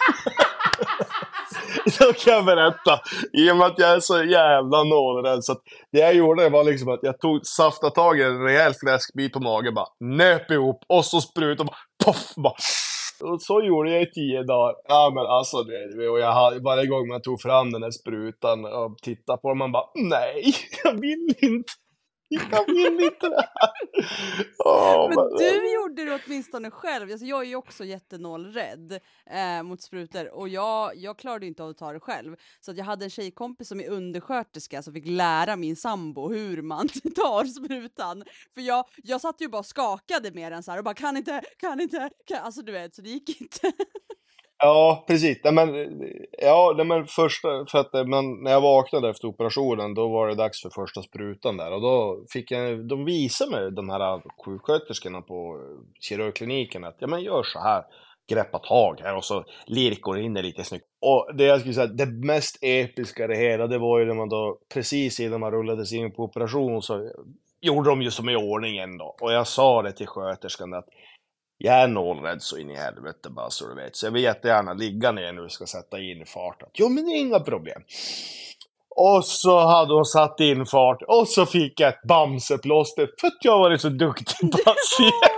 [SPEAKER 3] Så kan jag berätta, i och med att jag är så jävla nålrädd, så att det jag gjorde var liksom att jag saftade tag i en rejäl fläskbit på magen, bara nöp ihop och så sprutade och poff, bara. Och så gjorde jag i 10 dagar. Ja, men alltså och varje gång man tog fram den här sprutan och tittade på den, man bara, nej, jag vill inte. Jag vill inte det här.
[SPEAKER 1] Men du gjorde det åtminstone själv. Alltså, jag är ju också jättenålrädd mot sprutor. Och jag klarade inte av att ta det själv. Så att jag hade en tjejkompis som är undersköterska som fick lära min sambo hur man tar sprutan. För jag satt ju bara och skakade med den så här och bara kan inte. Alltså du vet, så det gick inte.
[SPEAKER 3] Ja, precis. Men första, för att när jag vaknade efter operationen, då var det dags för första sprutan där. Och då de visade mig, de här sjuksköterskorna på kirurgkliniken, att ja men gör så här, greppa tag här och så lirkor in det lite snyggt. Och det jag skulle säga, det mest episka i det hela, det var ju när man då, precis innan man rullades in på operation, så gjorde de ju som i ordningen då. Och jag sa det till sköterskan att jag är nålrädd så in i helvete bara så du vet. Så jag vill jättegärna ligga ner när du ska sätta in farten. Jo men det är inga problem. Och så hade hon satt in fart. Och så fick jag ett bamseplåster. För att jag var så duktig patient.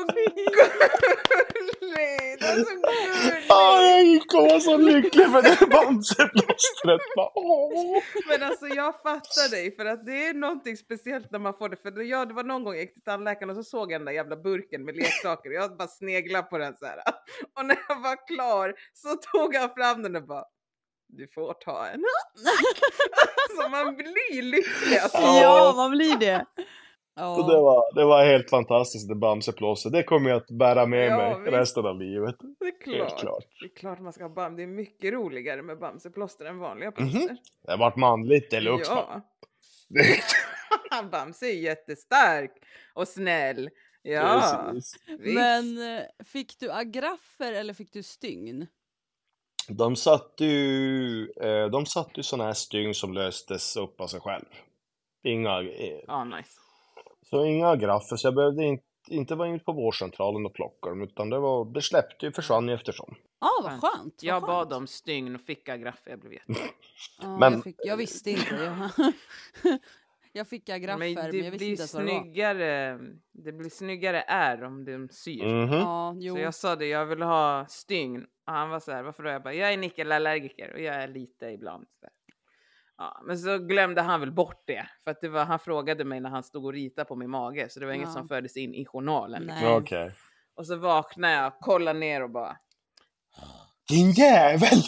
[SPEAKER 2] Det är så gulligt.
[SPEAKER 3] Jag gick och var så lycklig för det bamseplåstret.
[SPEAKER 2] Men alltså jag fattar dig, för att det är någonting speciellt när man får det. För det var någon gång jag gick till tandläkaren och så såg jag den där jävla burken med leksaker. Och jag bara sneglade på den så här. Och när jag var klar så tog jag fram den och bara, du får ta en. Så man blir lycklig. Alltså.
[SPEAKER 1] Ja, man blir det.
[SPEAKER 3] Så det var helt fantastiskt, det bamseplåster. Det kommer jag att bära med mig resten av livet.
[SPEAKER 2] Det är klart. Det är klart man ska ha bam. Det är mycket roligare med bamseplåster än vanliga plåster.
[SPEAKER 3] Det har varit manligt deluxe.
[SPEAKER 2] Ja. Bamse är jättestark och snäll. Ja.
[SPEAKER 3] Precis.
[SPEAKER 1] Men fick du agraffer eller fick du stygn?
[SPEAKER 3] De satte ju såna här stygn som löstes upp av sig själv.
[SPEAKER 2] Nice.
[SPEAKER 3] Så inga agraffer, så jag behövde inte vara in på vårdcentralen och plocka dem, utan det släppte ju, försvann ju eftersom.
[SPEAKER 1] Vad skönt.
[SPEAKER 2] Jag bad om stygn och fick agraffer, jag blev jätteglad.
[SPEAKER 3] Men
[SPEAKER 1] jag visste inte. Jag fick agraffer, men jag visste inte vad det var.
[SPEAKER 2] Det blir snyggare om de syr.
[SPEAKER 1] Jo.
[SPEAKER 2] Så jag sa det, jag vill ha stygn. Och han var så här, varför då? Jag bara, jag är nickelallergiker och jag är lite ibland så där. Ja, men så glömde han väl bort det. För att han frågade mig när han stod och ritade på min mage. Så det var inget som fördes in i journalen. Liksom.
[SPEAKER 3] Okej.
[SPEAKER 2] Och så vaknade jag, kollade ner och bara...
[SPEAKER 3] Din jävel!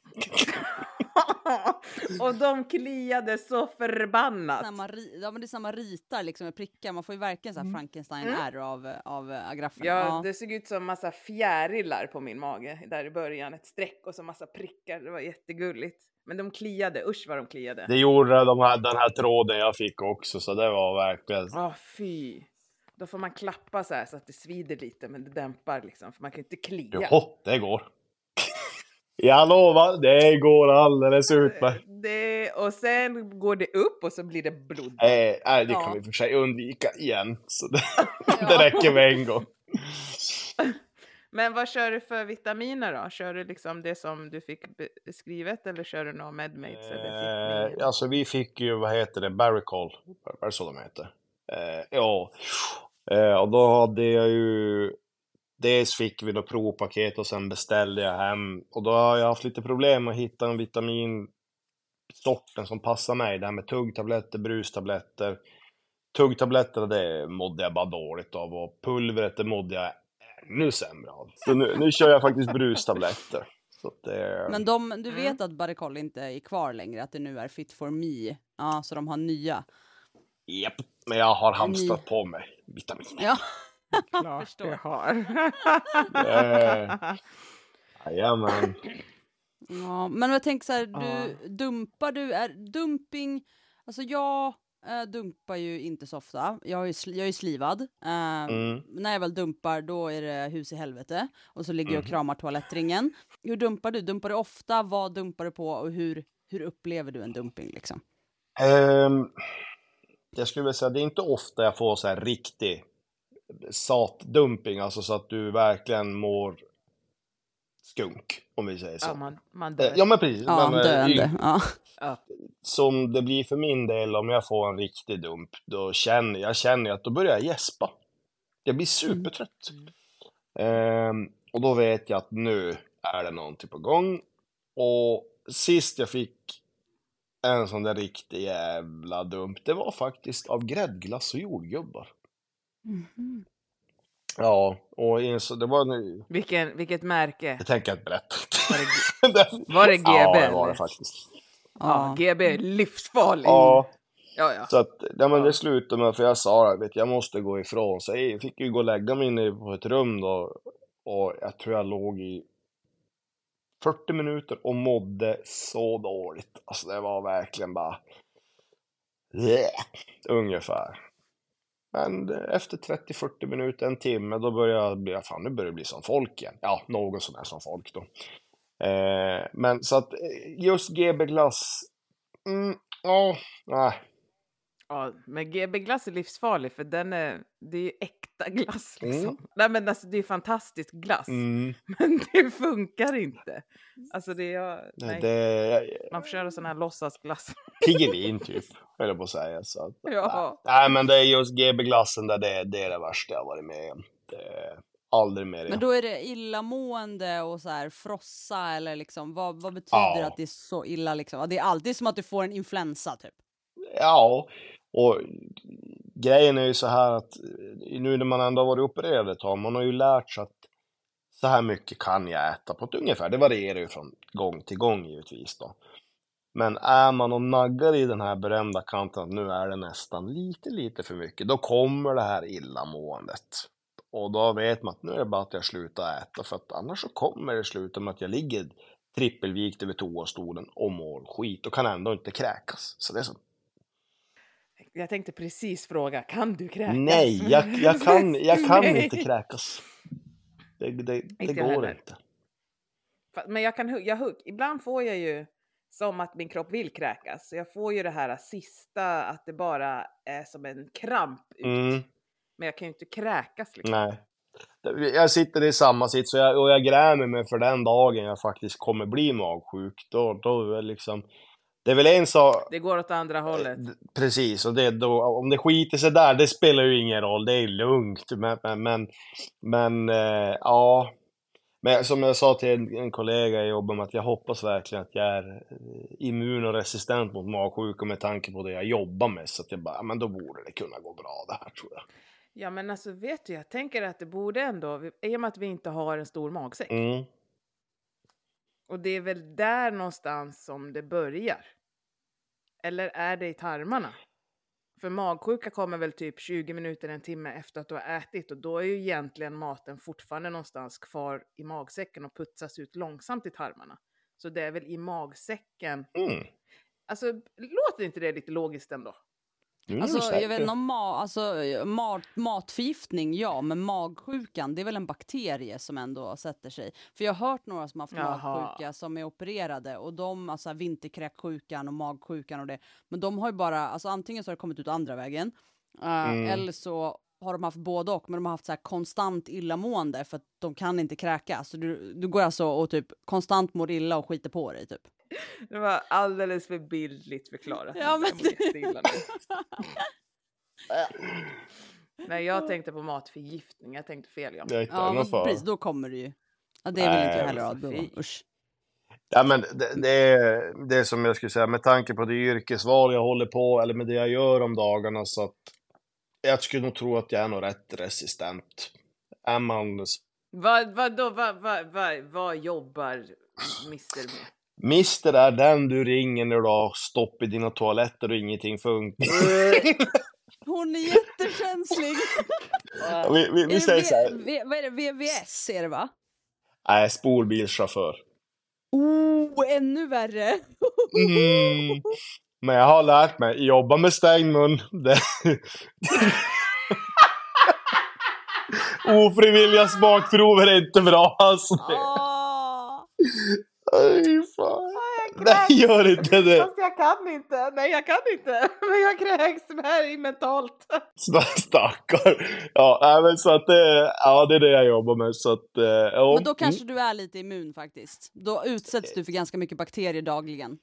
[SPEAKER 2] Och de kliade så förbannat.
[SPEAKER 1] Det är samma ritar liksom med prickar. Man får ju verkligen så här Frankenstein-ärr av agrafferna.
[SPEAKER 2] Ja, det såg ut som massa fjärilar på min mage där i början. Ett streck och så massa prickar. Det var jättegulligt. Men de kliade, usch vad de kliade.
[SPEAKER 3] Det gjorde den här tråden jag fick också, så det var verkligen...
[SPEAKER 2] Fy. Då får man klappa så här så att det svider lite, men det dämpar liksom. För man kan inte klia.
[SPEAKER 3] Jaha, det går. Jag lovar, det går alldeles utmärkt.
[SPEAKER 2] Och sen går det upp och så blir det blod.
[SPEAKER 3] Nej, det kan vi för sig undvika igen. Så det räcker med en gång.
[SPEAKER 2] Men vad kör du för vitaminer då? Kör du liksom det som du fick beskrivet eller kör du några medmates?
[SPEAKER 3] Alltså vi fick ju, Barricol. Är det så de heter? Och då hade jag ju... Dels fick vi då provpaket och sen beställde jag hem. Och då har jag haft lite problem att hitta en vitaminsorten som passar mig. Det här med tuggtabletter, brustabletter. Tuggtabletter, det mådde jag bara dåligt av. Och pulvret, det mådde jag ännu sämre av. Så nu kör jag faktiskt brustabletter. Så
[SPEAKER 1] men du vet att Barricol inte är kvar längre. Att det nu är Fit for Me. Ja, så de har nya.
[SPEAKER 3] Japp, men jag har hamstrat på mig vitaminer.
[SPEAKER 1] Ja.
[SPEAKER 2] Klart jag har.
[SPEAKER 3] Jajamän.
[SPEAKER 1] Ja, men jag tänker så här, dumping, alltså jag dumpar ju inte så ofta. Jag är slivad. När jag väl dumpar, då är det hus i helvete. Och så ligger jag och kramar toalettringen. Hur dumpar du? Dumpar du ofta? Vad dumpar du på? Och hur upplever du en dumping liksom?
[SPEAKER 3] Jag skulle vilja säga, det är inte ofta jag får så här riktig satdumping, alltså så att du verkligen mår skunk, om vi säger så.
[SPEAKER 2] Ja, man dör.
[SPEAKER 3] Ja, men precis.
[SPEAKER 1] Ja, döende. Ja.
[SPEAKER 3] Som det blir för min del, om jag får en riktig dump, då känner jag att då börjar jag gäspa. Jag blir supertrött. Och då vet jag att nu är det någonting på gång. Och sist jag fick en sån där riktig jävla dumt. Det var faktiskt av gräddglass och jordgubbar.
[SPEAKER 1] Mhm.
[SPEAKER 3] Ja, och det var nu...
[SPEAKER 2] Vilket märke?
[SPEAKER 3] Det tänker jag inte berätta.
[SPEAKER 2] Var det GB?
[SPEAKER 3] Ja, det
[SPEAKER 2] eller?
[SPEAKER 3] var det faktiskt.
[SPEAKER 2] Ja, GB är livsfarlig.
[SPEAKER 3] Ja,
[SPEAKER 2] Ja.
[SPEAKER 3] så att men det
[SPEAKER 2] Ja.
[SPEAKER 3] slutade med, för jag sa att jag måste gå ifrån. Så jag fick ju gå och lägga mig inne på ett rum då. Och jag tror jag låg i 40 minuter och mådde så dåligt. Alltså det var verkligen bara... ungefär. Men efter 30-40 minuter, en timme, då började jag bli, fan nu börjar det bli som folk igen. Ja, någon som är som folk då. Men så att just GB-glass, nej.
[SPEAKER 2] Ja, men GB-glass är livsfarlig för det är ju äkta glass liksom. Nej men alltså det är fantastisk glass. Men det funkar inte. Alltså man får köra sån här låtsasglass.
[SPEAKER 3] Piggelin typ, höll jag på att säga. Så att,
[SPEAKER 2] Ja.
[SPEAKER 3] nej men det är just GB-glassen där, det är det värsta jag varit med om. Aldrig mer.
[SPEAKER 1] Men då är det illamående och så här frossa eller liksom, vad betyder att det är så illa liksom? Det är alltid som att du får en influensa typ.
[SPEAKER 3] Ja, och grejen är ju så här att nu när man ändå har varit opererad ett tag, man har ju lärt sig att så här mycket kan jag äta på ett ungefär. Det varierar ju från gång till gång givetvis då. Men är man och naggar i den här berömda kanten att nu är det nästan lite för mycket, då kommer det här illamåendet. Och då vet man att nu är det bara att jag slutar äta, för att annars så kommer det sluta med att jag ligger trippelvikt över toastolen och mår skit och kan ändå inte kräkas. Så det är så.
[SPEAKER 2] Jag tänkte precis fråga, kan du kräkas?
[SPEAKER 3] Nej, jag kan inte kräkas. Det går inte.
[SPEAKER 2] Men ibland får jag ju som att min kropp vill kräkas. Så jag får ju det här sista, att det bara är som en kramp ut. Men jag kan ju inte kräkas liksom.
[SPEAKER 3] Nej. Jag sitter i samma sits och jag grämer mig för den dagen jag faktiskt kommer bli magsjuk. Då är liksom... Det är väl en sak...
[SPEAKER 2] Det går åt andra hållet.
[SPEAKER 3] Precis, och om det skiter sig där, det spelar ju ingen roll. Det är lugnt. Men ja... Men som jag sa till en kollega jag jobbar med, att jag hoppas verkligen att jag är immun och resistent mot magsjuka med tanke på det jag jobbar med. Så att jag bara, men då borde det kunna gå bra det här, tror jag.
[SPEAKER 2] Ja, men alltså vet du, jag tänker att det borde ändå, i och med att vi inte har en stor magsäck. Och det är väl där någonstans som det börjar. Eller är det i tarmarna? För magsjuka kommer väl typ 20 minuter, en timme efter att du har ätit. Och då är ju egentligen maten fortfarande någonstans kvar i magsäcken och putsas ut långsamt i tarmarna. Så det är väl i magsäcken. Alltså, låter inte det lite logiskt ändå?
[SPEAKER 1] Alltså, jag vet inte om matförgiftning, ja, men magsjukan, det är väl en bakterie som ändå sätter sig. För jag har hört några som har haft magsjuka som är opererade, och de, alltså vinterkräksjukan och magsjukan och det, men de har ju bara, alltså antingen så har det kommit ut andra vägen, eller så har de haft både och, men de har haft så här konstant illamående för att de kan inte kräka. Så du går alltså och typ konstant mår illa och skiter på dig typ.
[SPEAKER 2] Det var alldeles för bildligt förklarat.
[SPEAKER 1] Ja, men
[SPEAKER 2] Nej, jag tänkte på matförgiftning. Jag tänkte fel, ja.
[SPEAKER 1] Ja, men precis, då kommer det ju. Ja, det vill inte jag heller ha. Usch.
[SPEAKER 3] Ja, men det är som jag skulle säga, med tanke på det yrkesval jag håller på, eller med det jag gör om dagarna, så att jag skulle nog tro att jag är nog rätt resistent. Är man...
[SPEAKER 2] Vad jobbar Mister med?
[SPEAKER 3] Mister är den du ringer när du har stopp i dina toaletter och ingenting funkar.
[SPEAKER 1] Hon är jättekänslig.
[SPEAKER 3] vi säger så här.
[SPEAKER 1] Vad är det? VVS är det, va?
[SPEAKER 3] Nej, spolbilschaufför.
[SPEAKER 1] Ännu värre.
[SPEAKER 3] Men jag har lärt mig, jobba med stängd mun. Ofrivilliga smakprover är inte bra, alltså. Aj, fan. Nej, gör inte det.
[SPEAKER 2] Fast jag kan inte. Nej, jag kan inte. Men jag kräks här mentalt.
[SPEAKER 3] Stackar. Ja, men så att det är det jag jobbar med. Så att,
[SPEAKER 1] men då kanske du är lite immun faktiskt. Då utsätts du för ganska mycket bakterier dagligen.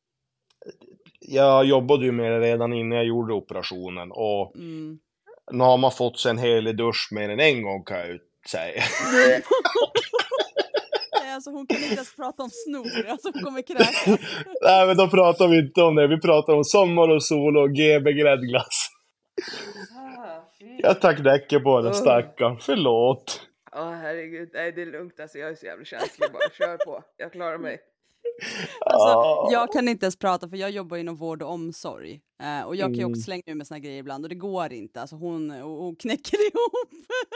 [SPEAKER 3] Jag jobbade ju med det redan innan jag gjorde operationen. Och nu har man fått sig en helig dusch mer än en gång, kan jag ju säga.
[SPEAKER 1] alltså hon kan inte ens prata om snor, alltså hon kommer kräkas.
[SPEAKER 3] Nej, men då pratar vi inte om det. Vi pratar om sommar och sol och GB gräddglass. Jag tack däcket på den stackarn. Förlåt.
[SPEAKER 2] Herregud. Nej, det är lugnt. Alltså, jag är så jävla känslig. Bara kör på. Jag klarar mig.
[SPEAKER 1] Alltså, jag kan inte ens prata för jag jobbar inom vård och omsorg. Och jag kan ju också slänga ur med såna grejer ibland och det går inte. Alltså hon knäcker ihop.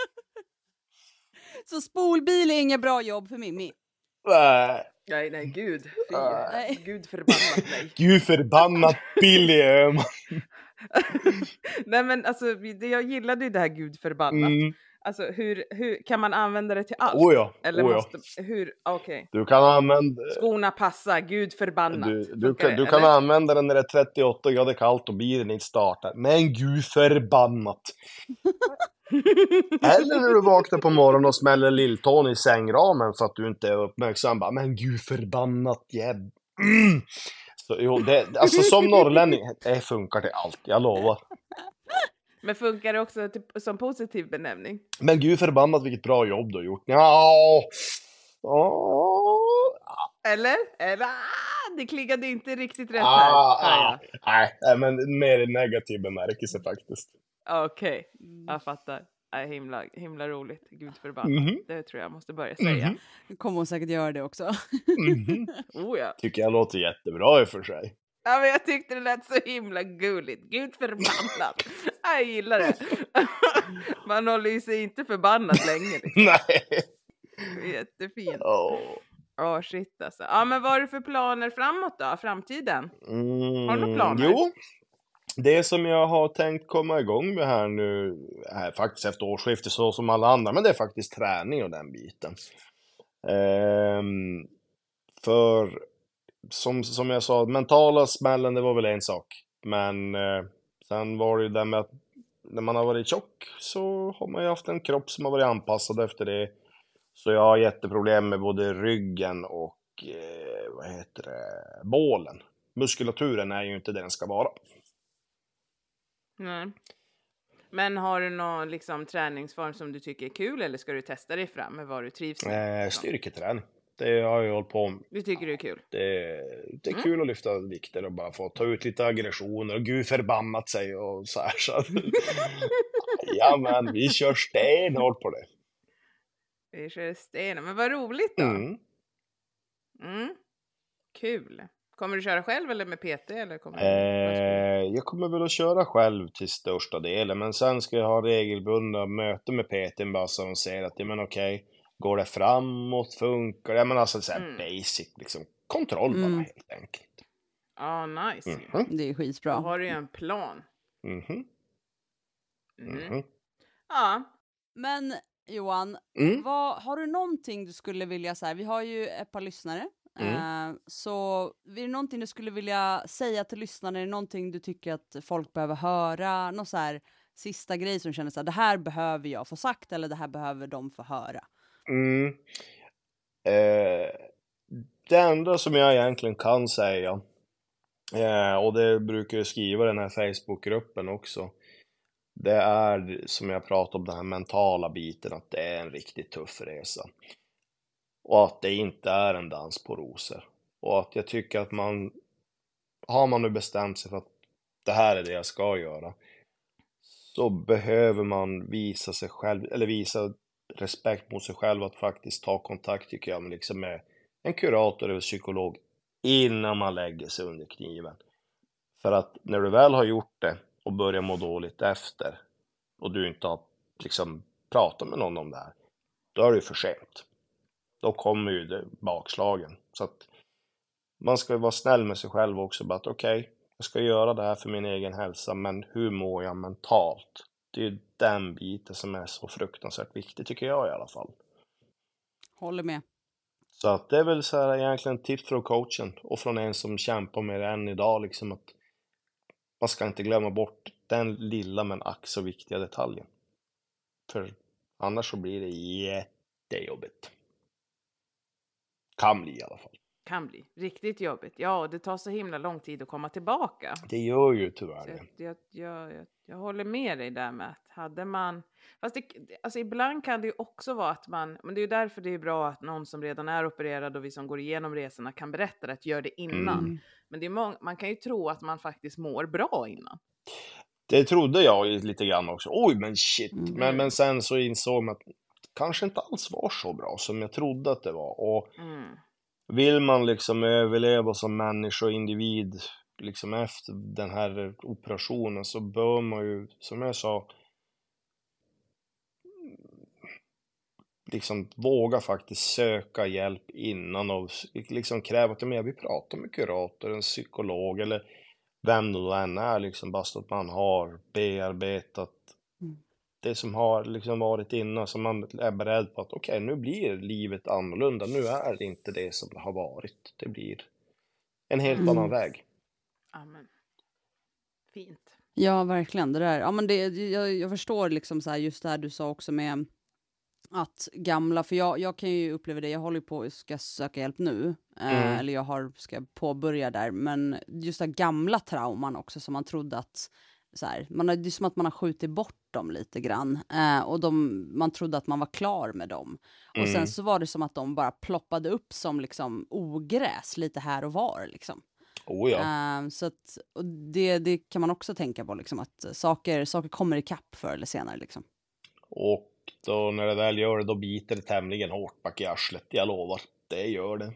[SPEAKER 1] Så spolbil är inget bra jobb för Mimmi.
[SPEAKER 2] Nej, gud. Fy.
[SPEAKER 1] Nej.
[SPEAKER 2] Gud förbannat nej.
[SPEAKER 3] Gud förbannat Billy Öhman.
[SPEAKER 2] Nej, men alltså, jag gillade ju det här gud förbannat. Alltså, hur kan man använda det till allt?
[SPEAKER 3] Ja.
[SPEAKER 2] Eller måste, okej.
[SPEAKER 3] Du kan använda...
[SPEAKER 2] Skorna passar, gud förbannat.
[SPEAKER 3] Du kan använda den när det är 38 grader kallt och bilen inte startar. Men gud förbannat. Eller när du vaknar på morgonen och smäller lilltån i sängramen för att du inte är uppmärksam. Bara, men gud förbannat Så, jo, alltså som norrlänning, det funkar till allt, jag lovar.
[SPEAKER 2] Men funkar det också som positiv benämning? Men
[SPEAKER 3] gud förbannat vilket bra jobb du har gjort. Ja.
[SPEAKER 2] Eller? Det klingade inte riktigt rätt här.
[SPEAKER 3] Nej, men mer i negativ bemärkelse faktiskt.
[SPEAKER 2] Okej, jag fattar. Himla roligt. Gud förbannat. Det tror jag måste börja säga.
[SPEAKER 1] Kommer hon säkert göra det också.
[SPEAKER 2] Ja.
[SPEAKER 3] Tycker jag låter jättebra i och för sig.
[SPEAKER 2] Ja, men jag tyckte det lät så himla gulligt. Gud förbannat. Jag gillar det. Man håller ju sig inte förbannat länge. Liksom.
[SPEAKER 3] Nej.
[SPEAKER 2] Jättefint. Shit alltså. Ja, men vad är det för planer framåt då? Framtiden? Har du några planer?
[SPEAKER 3] Jo. Det som jag har tänkt komma igång med här nu, är faktiskt efter årsskiftet så som alla andra, men det är faktiskt träning och den biten. För som jag sa, mentala smällen, det var väl en sak. Men sen var det ju det med att när man har varit tjock så har man ju haft en kropp som har varit anpassad efter det. Så jag har jätteproblem med både ryggen och bålen. Muskulaturen är ju inte det den ska vara.
[SPEAKER 2] Nej. Men har du någon liksom träningsform som du tycker är kul eller ska du testa dig fram med vad du trivs med?
[SPEAKER 3] Styrketräning. Det har jag hållit på med.
[SPEAKER 2] Du tycker det är kul?
[SPEAKER 3] Det är kul att lyfta vikter och bara få ta ut lite aggressioner och gud förbannat sig och så här. Så. Ja, men vi kör stenhårt på det.
[SPEAKER 2] Vi kör stenhårt. Men vad roligt då. Kul. Kommer du köra själv eller med PT? Eller
[SPEAKER 3] jag kommer väl att köra själv till största delen. Men sen ska jag ha regelbundna möten med PT bara så de säger att men okej, går det framåt, funkar det? Men alltså så här basic liksom, kontroll bara helt enkelt.
[SPEAKER 2] Nice.
[SPEAKER 1] Det är skitbra.
[SPEAKER 2] Då har du ju en plan.
[SPEAKER 1] Ja. Men Johan, har du någonting du skulle vilja säga? Vi har ju ett par lyssnare. Så är det någonting du skulle vilja säga till lyssnarna? Är det någonting du tycker att folk behöver höra? Någon så här sista grej som känner så här, det här behöver jag få sagt eller det här behöver de få höra?
[SPEAKER 3] Det enda som jag egentligen kan säga, och det brukar jag skriva i den här Facebookgruppen också, det är som jag pratade om den här mentala biten, att det är en riktigt tuff resa. Och att det inte är en dans på rosor. Och att jag tycker att har man nu bestämt sig för att det här är det jag ska göra, så behöver man visa sig själv, eller visa respekt mot sig själv, att faktiskt ta kontakt, tycker jag, med en kurator eller psykolog innan man lägger sig under kniven. För att när du väl har gjort det och börjar må dåligt efter och du inte har pratat med någon om det här, då är det för sent. Då kommer ju det bakslagen. Så att man ska vara snäll med sig själv också. Bara att okej, jag ska göra det här för min egen hälsa, men hur mår jag mentalt? Det är ju den biten som är så fruktansvärt viktig, tycker jag i alla fall.
[SPEAKER 1] Håller med.
[SPEAKER 3] Så att det är väl så här egentligen tips från coachen och från en som kämpar med det än idag, att man ska inte glömma bort den lilla men ack så viktiga detaljen. För annars så blir det jättejobbigt. Kan bli i alla fall.
[SPEAKER 2] kan bli riktigt jobbigt. Ja, och det tar så himla lång tid att komma tillbaka.
[SPEAKER 3] Det gör ju tyvärr
[SPEAKER 2] Så
[SPEAKER 3] det.
[SPEAKER 2] jag håller med dig där med att hade man... Fast alltså ibland kan det ju också vara att man... Men det är ju därför det är bra att någon som redan är opererad och vi som går igenom resorna kan berätta att gör det innan. Men det är man kan ju tro att man faktiskt mår bra innan.
[SPEAKER 3] Det trodde jag ju lite grann också. Oj, men shit. Men sen så insåg man att det kanske inte alls var så bra som jag trodde att det var. Och vill man liksom överleva som människa och individ liksom efter den här operationen, så bör man ju, som jag sa, liksom våga faktiskt söka hjälp innan och liksom kräva att vi pratar med kurator, en psykolog eller vem det då än är, liksom bara så att man har bearbetat det som har liksom varit innan, så man är beredd på att okej, nu blir livet annorlunda, nu är det inte det som det har varit, det blir en helt annan väg.
[SPEAKER 2] Amen. Fint.
[SPEAKER 1] Ja, verkligen. Det där. Ja, men jag förstår liksom så här, just det här du sa också med att gamla, för jag kan ju uppleva det, jag håller på att ska söka hjälp nu, eller ska påbörja där, men just det här gamla trauman också som man trodde att så här, det är som att man har skjutit bort dem lite grann, och man trodde att man var klar med dem, och sen så var det som att de bara ploppade upp som liksom ogräs lite här och var liksom.
[SPEAKER 3] Oh ja.
[SPEAKER 1] Så att, och det kan man också tänka på liksom, att saker kommer i kapp förr eller senare liksom.
[SPEAKER 3] Och då när det väl gör det, då biter det tämligen hårt bak i arslet, jag lovar. Det gör det.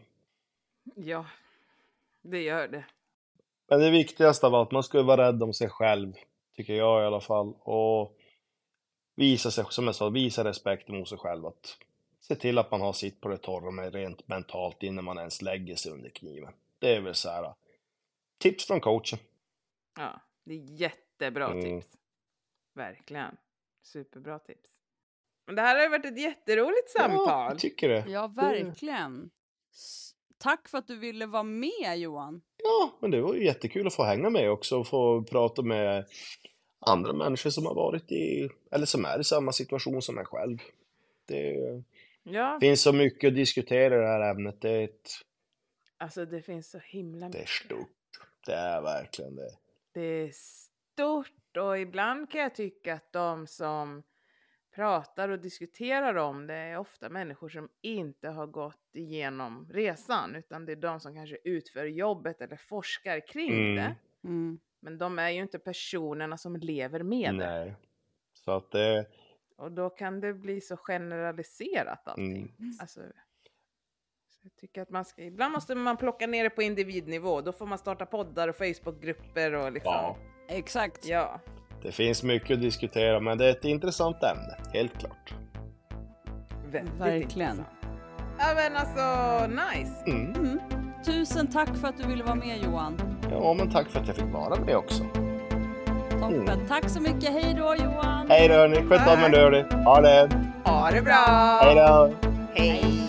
[SPEAKER 2] Ja, det gör det.
[SPEAKER 3] Men det viktigaste var att man skulle vara rädd om sig själv, tycker jag i alla fall. Och visa sig, som jag sa, visa respekt mot sig själv. Att se till att man har sitt på det torra med rent mentalt innan man ens lägger sig under kniven. Det är väl så här, tips från coachen.
[SPEAKER 2] Ja, det är jättebra tips. Verkligen. Superbra tips. Men det här har ju varit ett jätteroligt samtal.
[SPEAKER 3] Ja, jag tycker det.
[SPEAKER 1] Ja, verkligen. Tack för att du ville vara med, Johan.
[SPEAKER 3] Ja, men det var ju jättekul att få hänga med också och få prata med andra människor som har varit eller som är i samma situation som mig själv. Det finns så mycket att diskutera i det här ämnet.
[SPEAKER 2] Alltså det finns så himla mycket.
[SPEAKER 3] Det är stort. Det är verkligen det.
[SPEAKER 2] Det är stort, och ibland kan jag tycka att de som pratar och diskuterar om det är ofta människor som inte har gått igenom resan, utan det är de som kanske utför jobbet eller forskar kring det. Men de är ju inte personerna som lever med det.
[SPEAKER 3] Nej. Så att
[SPEAKER 2] och då kan det bli så generaliserat allting. Alltså, så jag tycker att ibland måste man plocka ner det på individnivå. Då får man starta poddar och Facebookgrupper och liksom.
[SPEAKER 3] Ja.
[SPEAKER 1] Exakt.
[SPEAKER 2] Ja.
[SPEAKER 3] Det finns mycket att diskutera, men det är ett intressant ämne, helt klart.
[SPEAKER 1] Verkligen.
[SPEAKER 2] Intressant. Ja, men alltså, nice.
[SPEAKER 1] Tusen tack för att du ville vara med, Johan.
[SPEAKER 3] Ja, men tack för att jag fick vara med också.
[SPEAKER 1] Toppen. Tack så mycket. Hej då, Johan.
[SPEAKER 3] Hej då, hörni. Sköt om er, hörni. Ha det.
[SPEAKER 2] Ha det bra.
[SPEAKER 3] Hej då.
[SPEAKER 2] Hej.